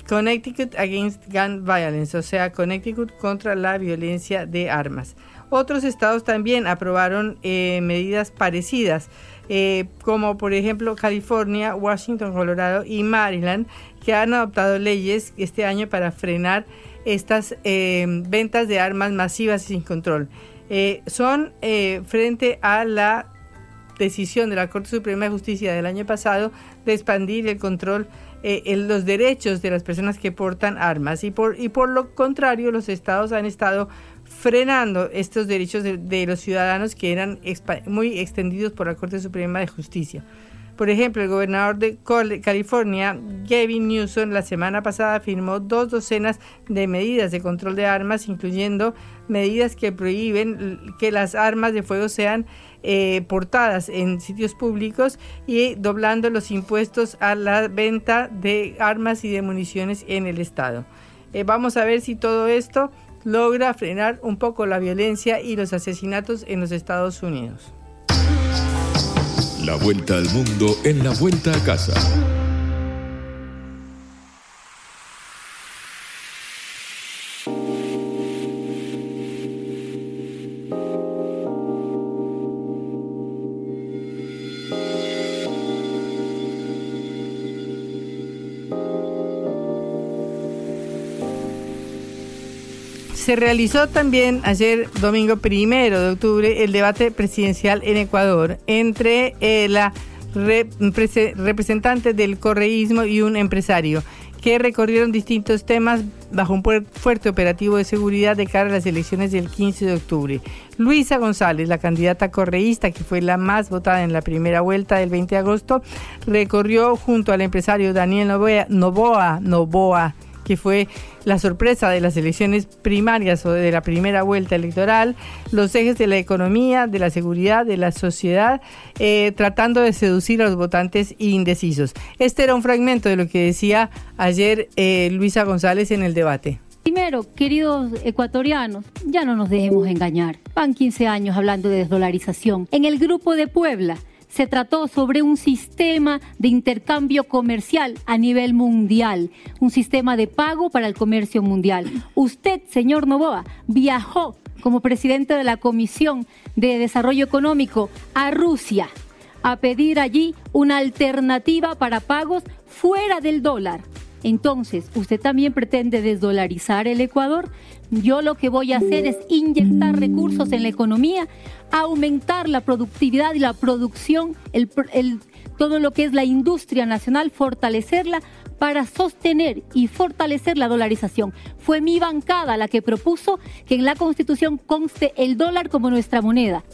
Connecticut Against Gun Violence, o sea, Connecticut contra la violencia de armas. Otros estados también aprobaron eh, medidas parecidas, eh, como por ejemplo California, Washington, Colorado y Maryland, que han adoptado leyes este año para frenar estas eh, ventas de armas masivas y sin control. Eh, son eh, frente a la decisión de la Corte Suprema de Justicia del año pasado de expandir el control eh, en los derechos de las personas que portan armas, y por, y por lo contrario los estados han estado frenando estos derechos de, de los ciudadanos que eran expa- muy extendidos por la Corte Suprema de Justicia. Por ejemplo, el gobernador de California, Gavin Newsom, la semana pasada firmó dos docenas de medidas de control de armas, incluyendo medidas que prohíben que las armas de fuego sean eh, portadas en sitios públicos y doblando los impuestos a la venta de armas y de municiones en el estado. Eh, vamos a ver si todo esto logra frenar un poco la violencia y los asesinatos en los Estados Unidos. La vuelta al mundo en la vuelta a casa. Se realizó también ayer, domingo primero de octubre, el debate presidencial en Ecuador entre eh, la repre- representante del correísmo y un empresario, que recorrieron distintos temas bajo un fuerte operativo de seguridad de cara a las elecciones del quince de octubre. Luisa González, la candidata correísta, que fue la más votada en la primera vuelta del veinte de agosto, recorrió junto al empresario Daniel Novoa, Novoa, Novoa que fue la sorpresa de las elecciones primarias o de la primera vuelta electoral, los ejes de la economía, de la seguridad, de la sociedad, eh, tratando de seducir a los votantes indecisos. Este era un fragmento de lo que decía ayer eh, Luisa González en el debate. Primero, queridos ecuatorianos, ya no nos dejemos engañar. Van quince años hablando de desdolarización. En el Grupo de Puebla se trató sobre un sistema de intercambio comercial a nivel mundial, un sistema de pago para el comercio mundial. Usted, señor Novoa, viajó como presidente de la Comisión de Desarrollo Económico a Rusia a pedir allí una alternativa para pagos fuera del dólar. Entonces, ¿usted también pretende desdolarizar el Ecuador? Yo lo que voy a hacer es inyectar recursos en la economía, aumentar la productividad y la producción, el, el, todo lo que es la industria nacional, fortalecerla para sostener y fortalecer la dolarización. Fue mi bancada la que propuso que en la Constitución conste el dólar como nuestra moneda.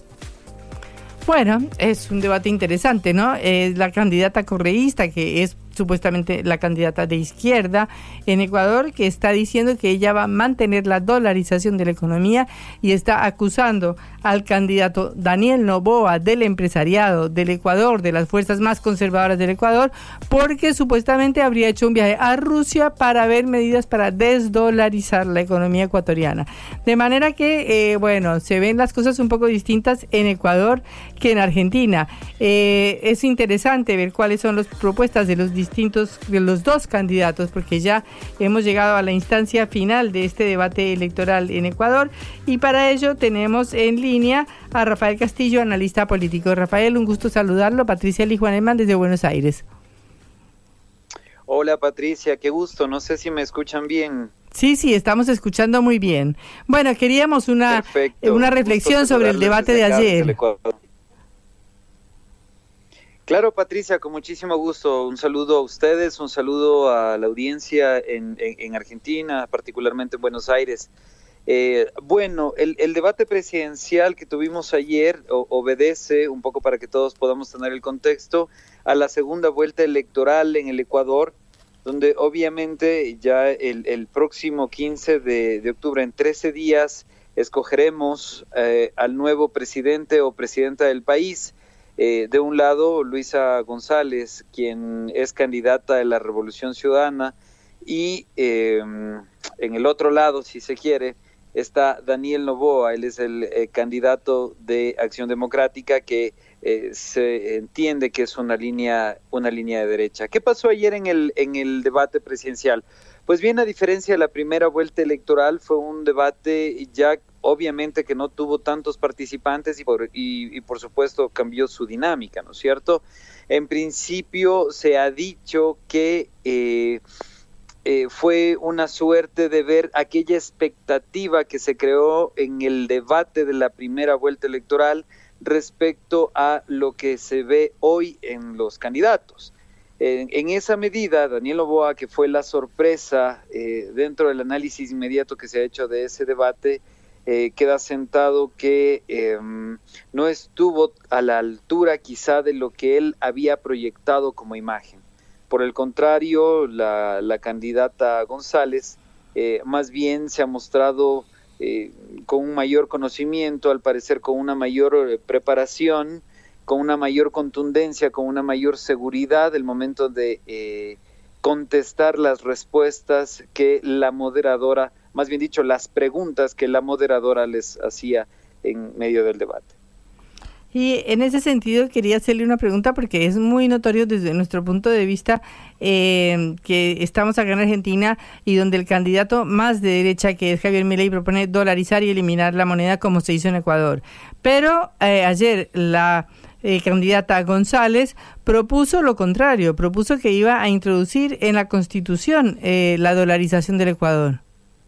Bueno, es un debate interesante, ¿no? Es la candidata correísta, que es supuestamente la candidata de izquierda en Ecuador, que está diciendo que ella va a mantener la dolarización de la economía y está acusando al candidato Daniel Novoa del empresariado del Ecuador, de las fuerzas más conservadoras del Ecuador, porque supuestamente habría hecho un viaje a Rusia para ver medidas para desdolarizar la economía ecuatoriana. De manera que, eh, bueno, se ven las cosas un poco distintas en Ecuador que en Argentina. Eh, es interesante ver cuáles son las propuestas de los distintos, de los dos candidatos, porque ya hemos llegado a la instancia final de este debate electoral en Ecuador, y para ello tenemos en línea a Rafael Castillo, analista político. Rafael, un gusto saludarlo. Patricia Lee Juan Eman desde Buenos Aires. Hola Patricia, qué gusto, no sé si me escuchan bien. Sí, sí, estamos escuchando muy bien. Bueno, queríamos una, una reflexión sobre el debate de ayer. Claro, Patricia, con muchísimo gusto. Un saludo a ustedes, un saludo a la audiencia en, en, en Argentina, particularmente en Buenos Aires. Eh, bueno, el, el debate presidencial que tuvimos ayer o, obedece, un poco para que todos podamos tener el contexto, a la segunda vuelta electoral en el Ecuador, donde obviamente ya el, el próximo quince de, de octubre, en trece días, escogeremos eh, al nuevo presidente o presidenta del país. Eh, de un lado, Luisa González, quien es candidata de la Revolución Ciudadana, y eh, en el otro lado, si se quiere, está Daniel Novoa. Él es el eh, candidato de Acción Democrática, que eh, se entiende que es una línea, una línea de derecha. ¿Qué pasó ayer en el, en el debate presidencial? Pues bien, a diferencia de la primera vuelta electoral, fue un debate ya obviamente que no tuvo tantos participantes y por, y, y por supuesto cambió su dinámica, ¿no es cierto? En principio se ha dicho que eh, eh, fue una suerte de ver aquella expectativa que se creó en el debate de la primera vuelta electoral respecto a lo que se ve hoy en los candidatos. En, en esa medida, Daniel Noboa, que fue la sorpresa eh, dentro del análisis inmediato que se ha hecho de ese debate, Eh, queda sentado que eh, no estuvo a la altura quizá de lo que él había proyectado como imagen. Por el contrario, la, la candidata González eh, más bien se ha mostrado eh, con un mayor conocimiento, al parecer con una mayor eh, preparación, con una mayor contundencia, con una mayor seguridad el momento de eh, contestar las respuestas que la moderadora, más bien dicho, las preguntas que la moderadora les hacía en medio del debate. Y en ese sentido quería hacerle una pregunta porque es muy notorio desde nuestro punto de vista eh, que estamos acá en Argentina y donde el candidato más de derecha, que es Javier Milei, propone dolarizar y eliminar la moneda como se hizo en Ecuador. Pero eh, ayer la eh, candidata González propuso lo contrario, propuso que iba a introducir en la Constitución eh, la dolarización del Ecuador.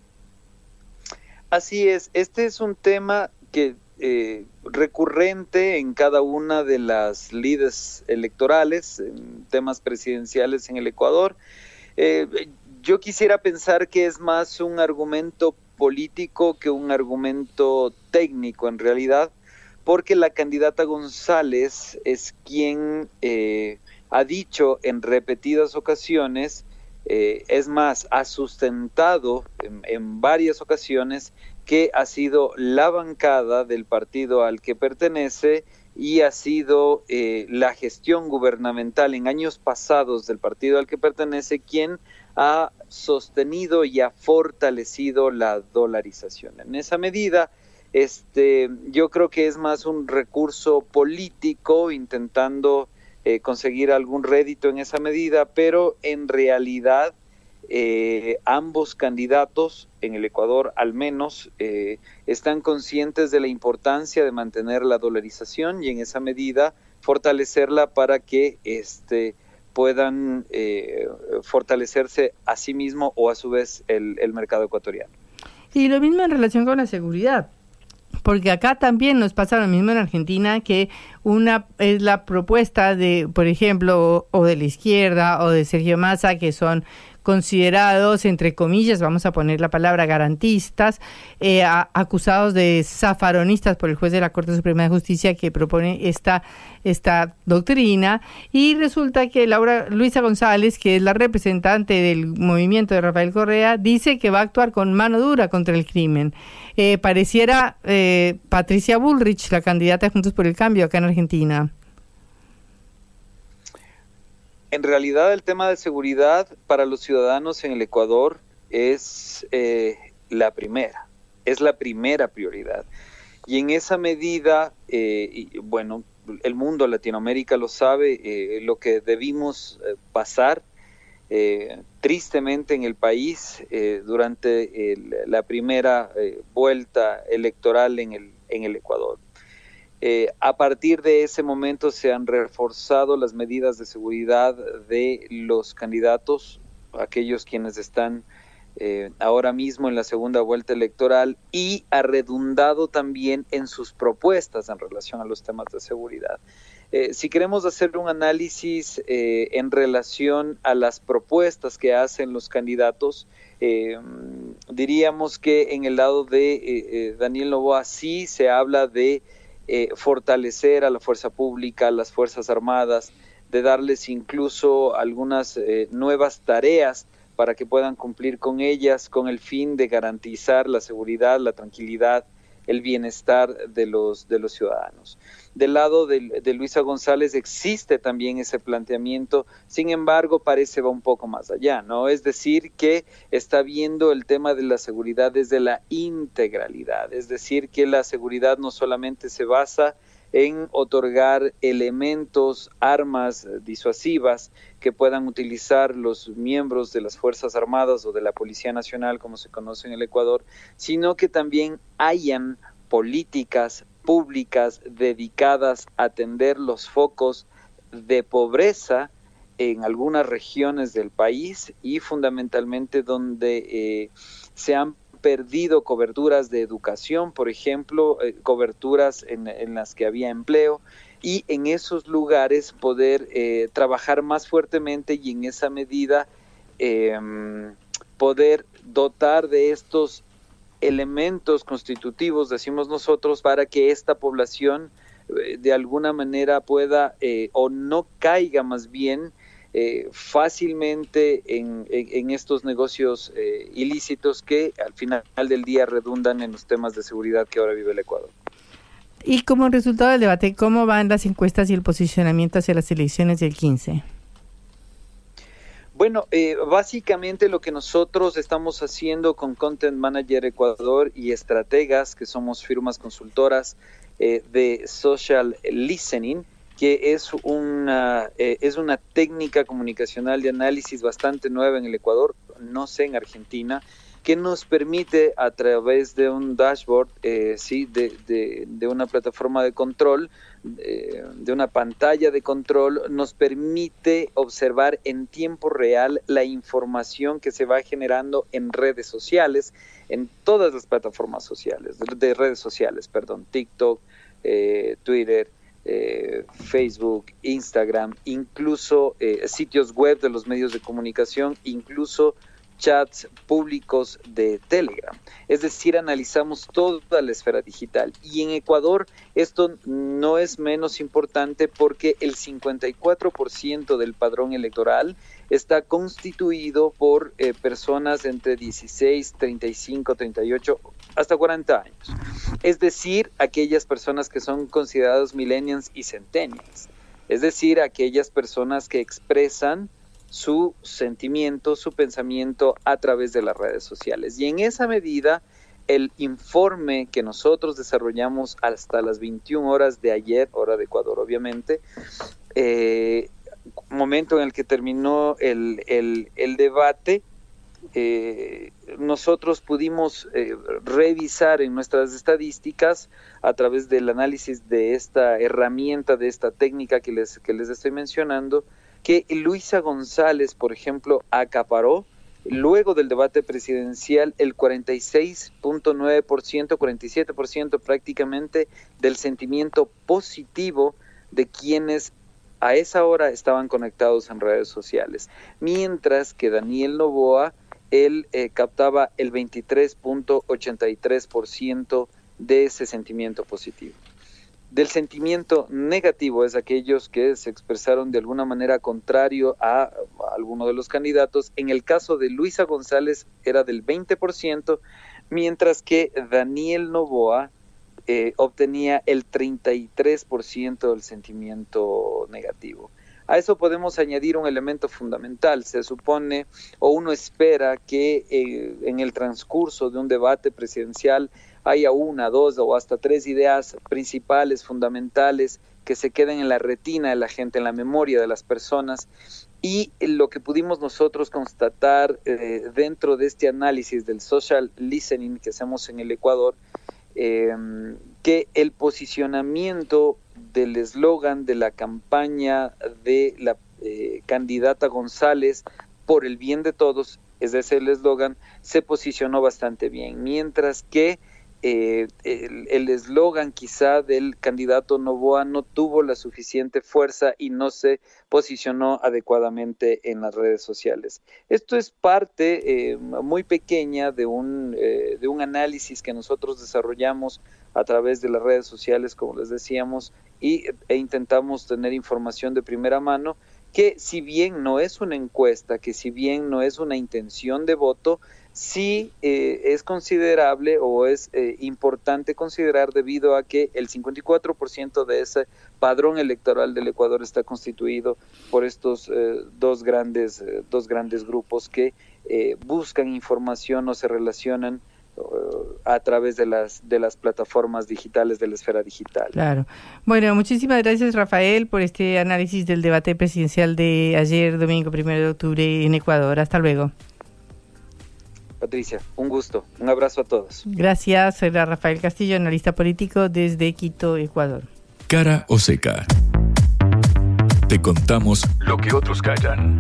Así es, este es un tema que eh, recurrente en cada una de las lides electorales, en temas presidenciales en el Ecuador. Eh, yo quisiera pensar que es más un argumento político que un argumento técnico en realidad, porque la candidata González es quien eh, ha dicho en repetidas ocasiones, eh, es más, ha sustentado en, en varias ocasiones que ha sido la bancada del partido al que pertenece y ha sido eh, la gestión gubernamental en años pasados del partido al que pertenece quien ha sostenido y ha fortalecido la dolarización. En esa medida, este, yo creo que es más un recurso político intentando eh, conseguir algún rédito en esa medida, pero en realidad Eh, ambos candidatos, en el Ecuador al menos, eh, están conscientes de la importancia de mantener la dolarización y en esa medida fortalecerla para que este, puedan eh, fortalecerse a sí mismo o a su vez el, el mercado ecuatoriano. Y lo mismo en relación con la seguridad. Porque acá también nos pasa lo mismo en Argentina, que una es la propuesta de, por ejemplo, o, o de la izquierda o de Sergio Massa, que son considerados, entre comillas, vamos a poner la palabra garantistas, eh, a, acusados de zafaronistas por el juez de la Corte Suprema de Justicia que propone esta, esta doctrina, y resulta que Laura Luisa González, que es la representante del movimiento de Rafael Correa, dice que va a actuar con mano dura contra el crimen. Eh, pareciera eh, Patricia Bullrich, la candidata de Juntos por el Cambio acá en Argentina. En realidad el tema de seguridad para los ciudadanos en el Ecuador es eh, la primera, es la primera prioridad. Y en esa medida, eh, y, bueno, el mundo, Latinoamérica lo sabe, eh, lo que debimos eh, pasar eh, tristemente en el país eh, durante el, la primera eh, vuelta electoral en el, en el Ecuador. Eh, a partir de ese momento se han reforzado las medidas de seguridad de los candidatos, aquellos quienes están eh, ahora mismo en la segunda vuelta electoral, y ha redundado también en sus propuestas en relación a los temas de seguridad. Eh, si queremos hacer un análisis eh, en relación a las propuestas que hacen los candidatos, eh, diríamos que en el lado de eh, eh, Daniel Noboa sí se habla de Eh, fortalecer a la fuerza pública, a las Fuerzas Armadas, de darles incluso algunas eh, nuevas tareas para que puedan cumplir con ellas con el fin de garantizar la seguridad, la tranquilidad, el bienestar de los, de los ciudadanos. Del lado de, de Luisa González existe también ese planteamiento, sin embargo parece va un poco más allá, ¿no? Es decir, que está viendo el tema de la seguridad desde la integralidad, es decir, que la seguridad no solamente se basa en otorgar elementos, armas disuasivas que puedan utilizar los miembros de las Fuerzas Armadas o de la Policía Nacional, como se conoce en el Ecuador, sino que también hayan políticas públicas dedicadas a atender los focos de pobreza en algunas regiones del país y fundamentalmente donde eh, se han perdido coberturas de educación, por ejemplo, eh, coberturas en, en las que había empleo, y en esos lugares poder eh, trabajar más fuertemente y en esa medida eh, poder dotar de estos elementos constitutivos, decimos nosotros, para que esta población eh, de alguna manera pueda eh, o no caiga más bien Eh, fácilmente en, en, en estos negocios eh, ilícitos que al final del día redundan en los temas de seguridad que ahora vive el Ecuador. Y como resultado del debate, ¿cómo van las encuestas y el posicionamiento hacia las elecciones del quince? Bueno, eh, básicamente lo que nosotros estamos haciendo con Content Manager Ecuador y estrategas, que somos firmas consultoras eh, de social listening, que es una, eh, es una técnica comunicacional de análisis bastante nueva en el Ecuador, no sé en Argentina, que nos permite a través de un dashboard, eh, sí, de, de, de una plataforma de control, eh, de una pantalla de control, nos permite observar en tiempo real la información que se va generando en redes sociales, en todas las plataformas sociales, de, de redes sociales, perdón, TikTok, eh, Twitter, Eh, Facebook, Instagram, incluso eh, sitios web de los medios de comunicación, incluso chats públicos de Telegram. Es decir, analizamos toda la esfera digital. Y en Ecuador esto no es menos importante porque el cincuenta y cuatro por ciento del padrón electoral está constituido por eh, personas entre dieciséis, treinta y cinco, treinta y ocho, hasta cuarenta años. Es decir, aquellas personas que son consideradas millennials y centennials. Es decir, aquellas personas que expresan su sentimiento, su pensamiento a través de las redes sociales. Y en esa medida, el informe que nosotros desarrollamos hasta las veintiuna horas de ayer, hora de Ecuador obviamente, eh, momento en el que terminó el, el, el debate, eh, nosotros pudimos eh, revisar en nuestras estadísticas a través del análisis de esta herramienta, de esta técnica que les, que les estoy mencionando, que Luisa González, por ejemplo, acaparó luego del debate presidencial el cuarenta y seis punto nueve por ciento, cuarenta y siete por ciento prácticamente del sentimiento positivo de quienes a esa hora estaban conectados en redes sociales, mientras que Daniel Noboa, él eh, captaba el veintitrés punto ochenta y tres por ciento de ese sentimiento positivo. Del sentimiento negativo es aquellos que se expresaron de alguna manera contrario a, a alguno de los candidatos. En el caso de Luisa González era del veinte por ciento, mientras que Daniel Noboa eh, obtenía el treinta y tres por ciento del sentimiento negativo. A eso podemos añadir un elemento fundamental. Se supone o uno espera que eh, en el transcurso de un debate presidencial haya una, dos o hasta tres ideas principales, fundamentales, que se queden en la retina de la gente, en la memoria de las personas. Y lo que pudimos nosotros constatar eh, dentro de este análisis del social listening que hacemos en el Ecuador, eh, que el posicionamiento del eslogan de la campaña de la eh, candidata González por el bien de todos, es decir, el eslogan, se posicionó bastante bien, mientras que Eh, el eslogan quizá del candidato Noboa no tuvo la suficiente fuerza y no se posicionó adecuadamente en las redes sociales. Esto es parte eh, muy pequeña de un, eh, de un análisis que nosotros desarrollamos a través de las redes sociales, como les decíamos, y, e intentamos tener información de primera mano, que si bien no es una encuesta, que si bien no es una intención de voto, sí eh, es considerable o es eh, importante considerar debido a que el cincuenta y cuatro por ciento de ese padrón electoral del Ecuador está constituido por estos eh, dos grandes eh, dos grandes grupos que eh, buscan información o se relacionan uh, a través de las, de las plataformas digitales de la esfera digital. Claro. Bueno, muchísimas gracias, Rafael, por este análisis del debate presidencial de ayer, domingo primero de octubre, en Ecuador. Hasta luego. Patricia, un gusto. Un abrazo a todos. Gracias. Era Rafael Castillo, analista político desde Quito, Ecuador. Cara o seca. Te contamos lo que otros callan.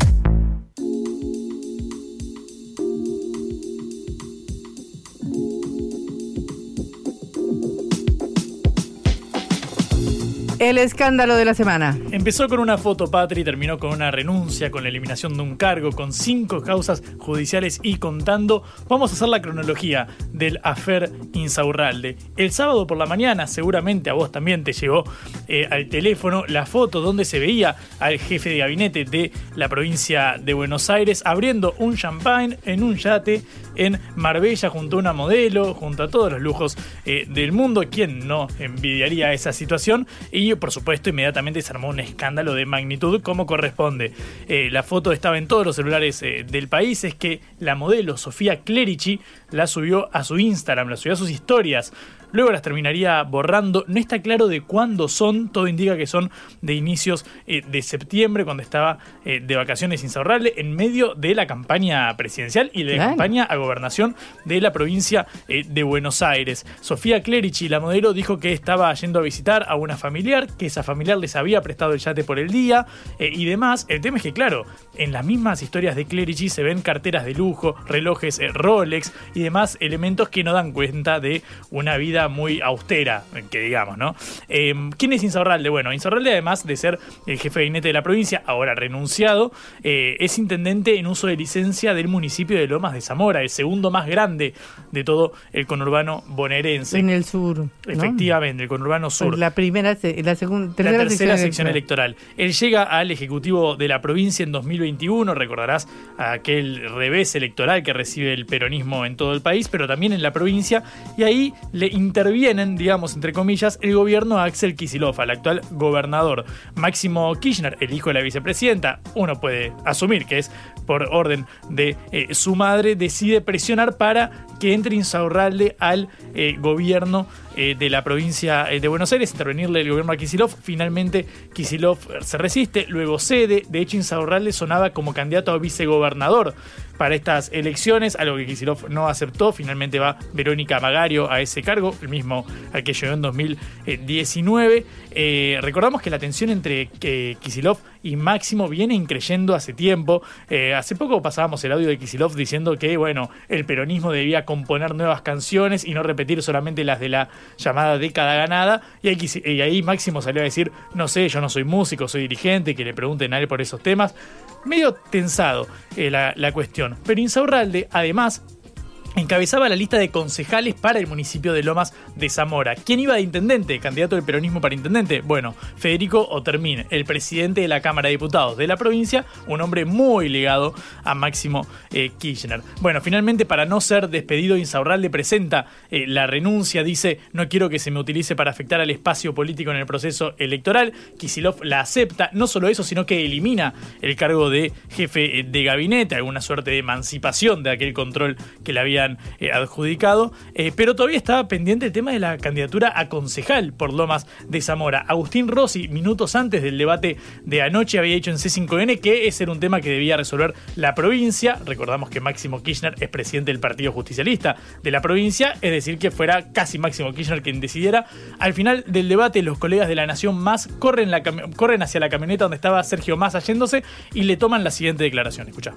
El escándalo de la semana. Empezó con una foto, Patri, terminó con una renuncia, con la eliminación de un cargo, con cinco causas judiciales y contando. Vamos a hacer la cronología del afer Insaurralde. El sábado por la mañana, seguramente a vos también te llegó eh, al teléfono la foto donde se veía al jefe de gabinete de la provincia de Buenos Aires abriendo un champagne en un yate en Marbella junto a una modelo, junto a todos los lujos eh, del mundo. ¿Quién no envidiaría esa situación? Y por supuesto inmediatamente se armó un escándalo de magnitud como corresponde. Eh, la foto estaba en todos los celulares eh, del país. Es que la modelo Sofía Clerici la subió a su Instagram, la subió a sus historias. Luego las terminaría borrando. No está claro de cuándo son. Todo indica que son de inicios eh, de septiembre, cuando estaba eh, de vacaciones Insaurralde, en medio de la campaña presidencial y de la campaña a gobernación de la provincia eh, de Buenos Aires. Sofía Clerici, la modelo, dijo que estaba yendo a visitar a una familiar, que esa familiar les había prestado el yate por el día eh, y demás. El tema es que, claro, en las mismas historias de Clerici se ven carteras de lujo, relojes eh, Rolex y demás elementos que no dan cuenta de una vida muy austera, que digamos, ¿no? Eh, ¿Quién es Insaurralde? Bueno, Insaurralde, además de ser el jefe de gabinete de la provincia, ahora renunciado, eh, es intendente en uso de licencia del municipio de Lomas de Zamora, el segundo más grande de todo el conurbano bonaerense. En el sur, ¿no? Efectivamente, el conurbano sur. La primera, la segunda, tercera, la tercera sección, sección electoral. electoral. Él llega al Ejecutivo de la provincia en dos mil veintiuno, recordarás aquel revés electoral que recibe el peronismo en todo el país, pero también en la provincia, y ahí le intervienen, digamos, entre comillas, el gobierno a Axel Kicillof, al actual gobernador. Máximo Kirchner, el hijo de la vicepresidenta, uno puede asumir que es por orden de eh, su madre, decide presionar para que entre Insaurralde al eh, gobierno eh, de la provincia de Buenos Aires, intervenirle el gobierno a Kicillof. Finalmente Kicillof se resiste, luego cede. De hecho, Insaurralde sonaba como candidato a vicegobernador para estas elecciones, algo que Kicillof no aceptó. Finalmente va Verónica Magario a ese cargo, el mismo al que llegó en dos mil diecinueve. Eh, recordamos que la tensión entre eh, Kicillof y Máximo viene increyendo hace tiempo. Eh, hace poco pasábamos el audio de Kicillof diciendo que, bueno, el peronismo debía componer nuevas canciones y no repetir solamente las de la llamada década ganada. Y ahí, y ahí Máximo salió a decir, no sé, yo no soy músico, soy dirigente, que le pregunten a él por esos temas. Medio tensado eh, la, la cuestión. Pero Insaurralde, además, encabezaba la lista de concejales para el municipio de Lomas de Zamora. ¿Quién iba de intendente? Candidato del peronismo para intendente. Bueno, Federico Otermín, el presidente de la Cámara de Diputados de la provincia, un hombre muy ligado a Máximo eh, Kirchner. Bueno, finalmente, para no ser despedido, Insaurralde presenta eh, la renuncia. Dice, no quiero que se me utilice para afectar al espacio político en el proceso electoral. Kicillof la acepta. No solo eso, sino que elimina el cargo de jefe de gabinete, alguna suerte de emancipación de aquel control que le había Eh, adjudicado, eh, pero todavía estaba pendiente el tema de la candidatura a concejal por Lomas de Zamora. Agustín Rossi, minutos antes del debate de anoche, había dicho en C cinco N que ese era un tema que debía resolver la provincia. Recordamos que Máximo Kirchner es presidente del Partido Justicialista de la provincia, es decir, que fuera casi Máximo Kirchner quien decidiera. Al final del debate, los colegas de La Nación Más corren, la cam- corren hacia la camioneta donde estaba Sergio Massa yéndose y le toman la siguiente declaración. Escuchá.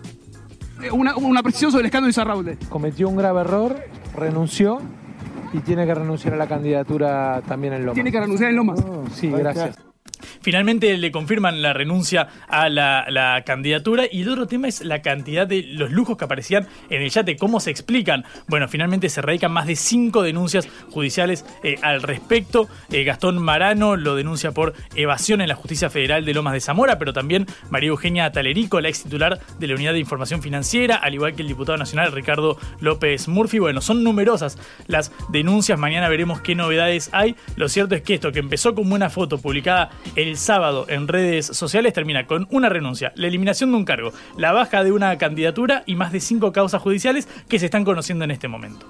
Una, una precisión sobre el escándalo de Insaurralde. Cometió un grave error, renunció y tiene que renunciar a la candidatura también en Lomas. ¿Tiene que renunciar en Lomas? Oh, sí, gracias. Finalmente le confirman la renuncia a la, la candidatura. Y el otro tema es la cantidad de los lujos que aparecían en el yate. ¿Cómo se explican? Bueno, finalmente se radican más de cinco denuncias judiciales eh, al respecto. Eh, Gastón Marano lo denuncia por evasión en la Justicia Federal de Lomas de Zamora, pero también María Eugenia Talerico, la ex titular de la Unidad de Información Financiera, al igual que el diputado nacional Ricardo López Murphy. Bueno, son numerosas las denuncias. Mañana veremos qué novedades hay. Lo cierto es que esto, que empezó como una foto publicada el sábado en redes sociales, termina con una renuncia, la eliminación de un cargo, la baja de una candidatura y más de cinco causas judiciales que se están conociendo en este momento.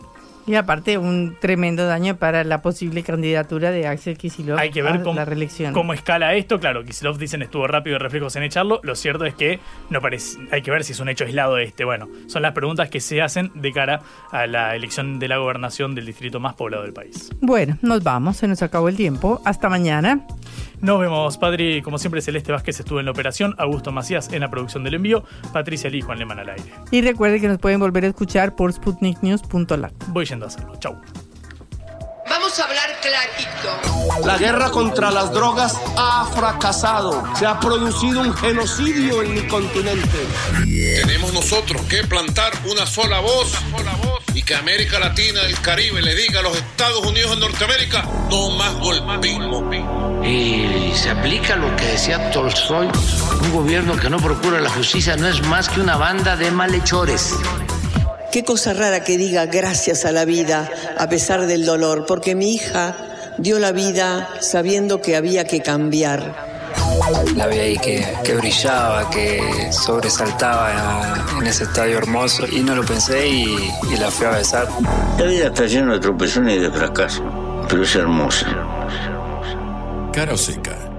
Y aparte un tremendo daño para la posible candidatura de Axel Kicillof Hay que ver a cómo, la reelección. cómo escala esto. Claro, Kicillof dicen estuvo rápido y reflejos en echarlo. Lo cierto es que no parece, hay que ver si es un hecho aislado este. Bueno, son las preguntas que se hacen de cara a la elección de la gobernación del distrito más poblado del país. Bueno, nos vamos, se nos acabó el tiempo. Hasta mañana. Nos vemos, Padri. Como siempre, Celeste Vázquez estuvo en la operación, Augusto Macías en la producción del envío, Patricia Lee y Juan Leman al aire. Y recuerden que nos pueden volver a escuchar por sputnik news punto lat. Voy yendo a hacerlo. Chau. Vamos a hablar clarito. La guerra contra las drogas ha fracasado. Se ha producido un genocidio en mi continente. Tenemos nosotros que plantar una sola voz, una sola voz y que América Latina, el Caribe, le diga a los Estados Unidos de Norteamérica, no más golpismo. Y se aplica lo que decía Tolstoy, un gobierno que no procura la justicia no es más que una banda de malhechores. Qué cosa rara que diga gracias a la vida a pesar del dolor, porque mi hija dio la vida sabiendo que había que cambiar. La vi ahí que, que brillaba, que sobresaltaba en ese estadio hermoso y no lo pensé y, y la fui a besar. La vida está llena de tropezones y de fracasos, pero es hermosa. Cara o Seca.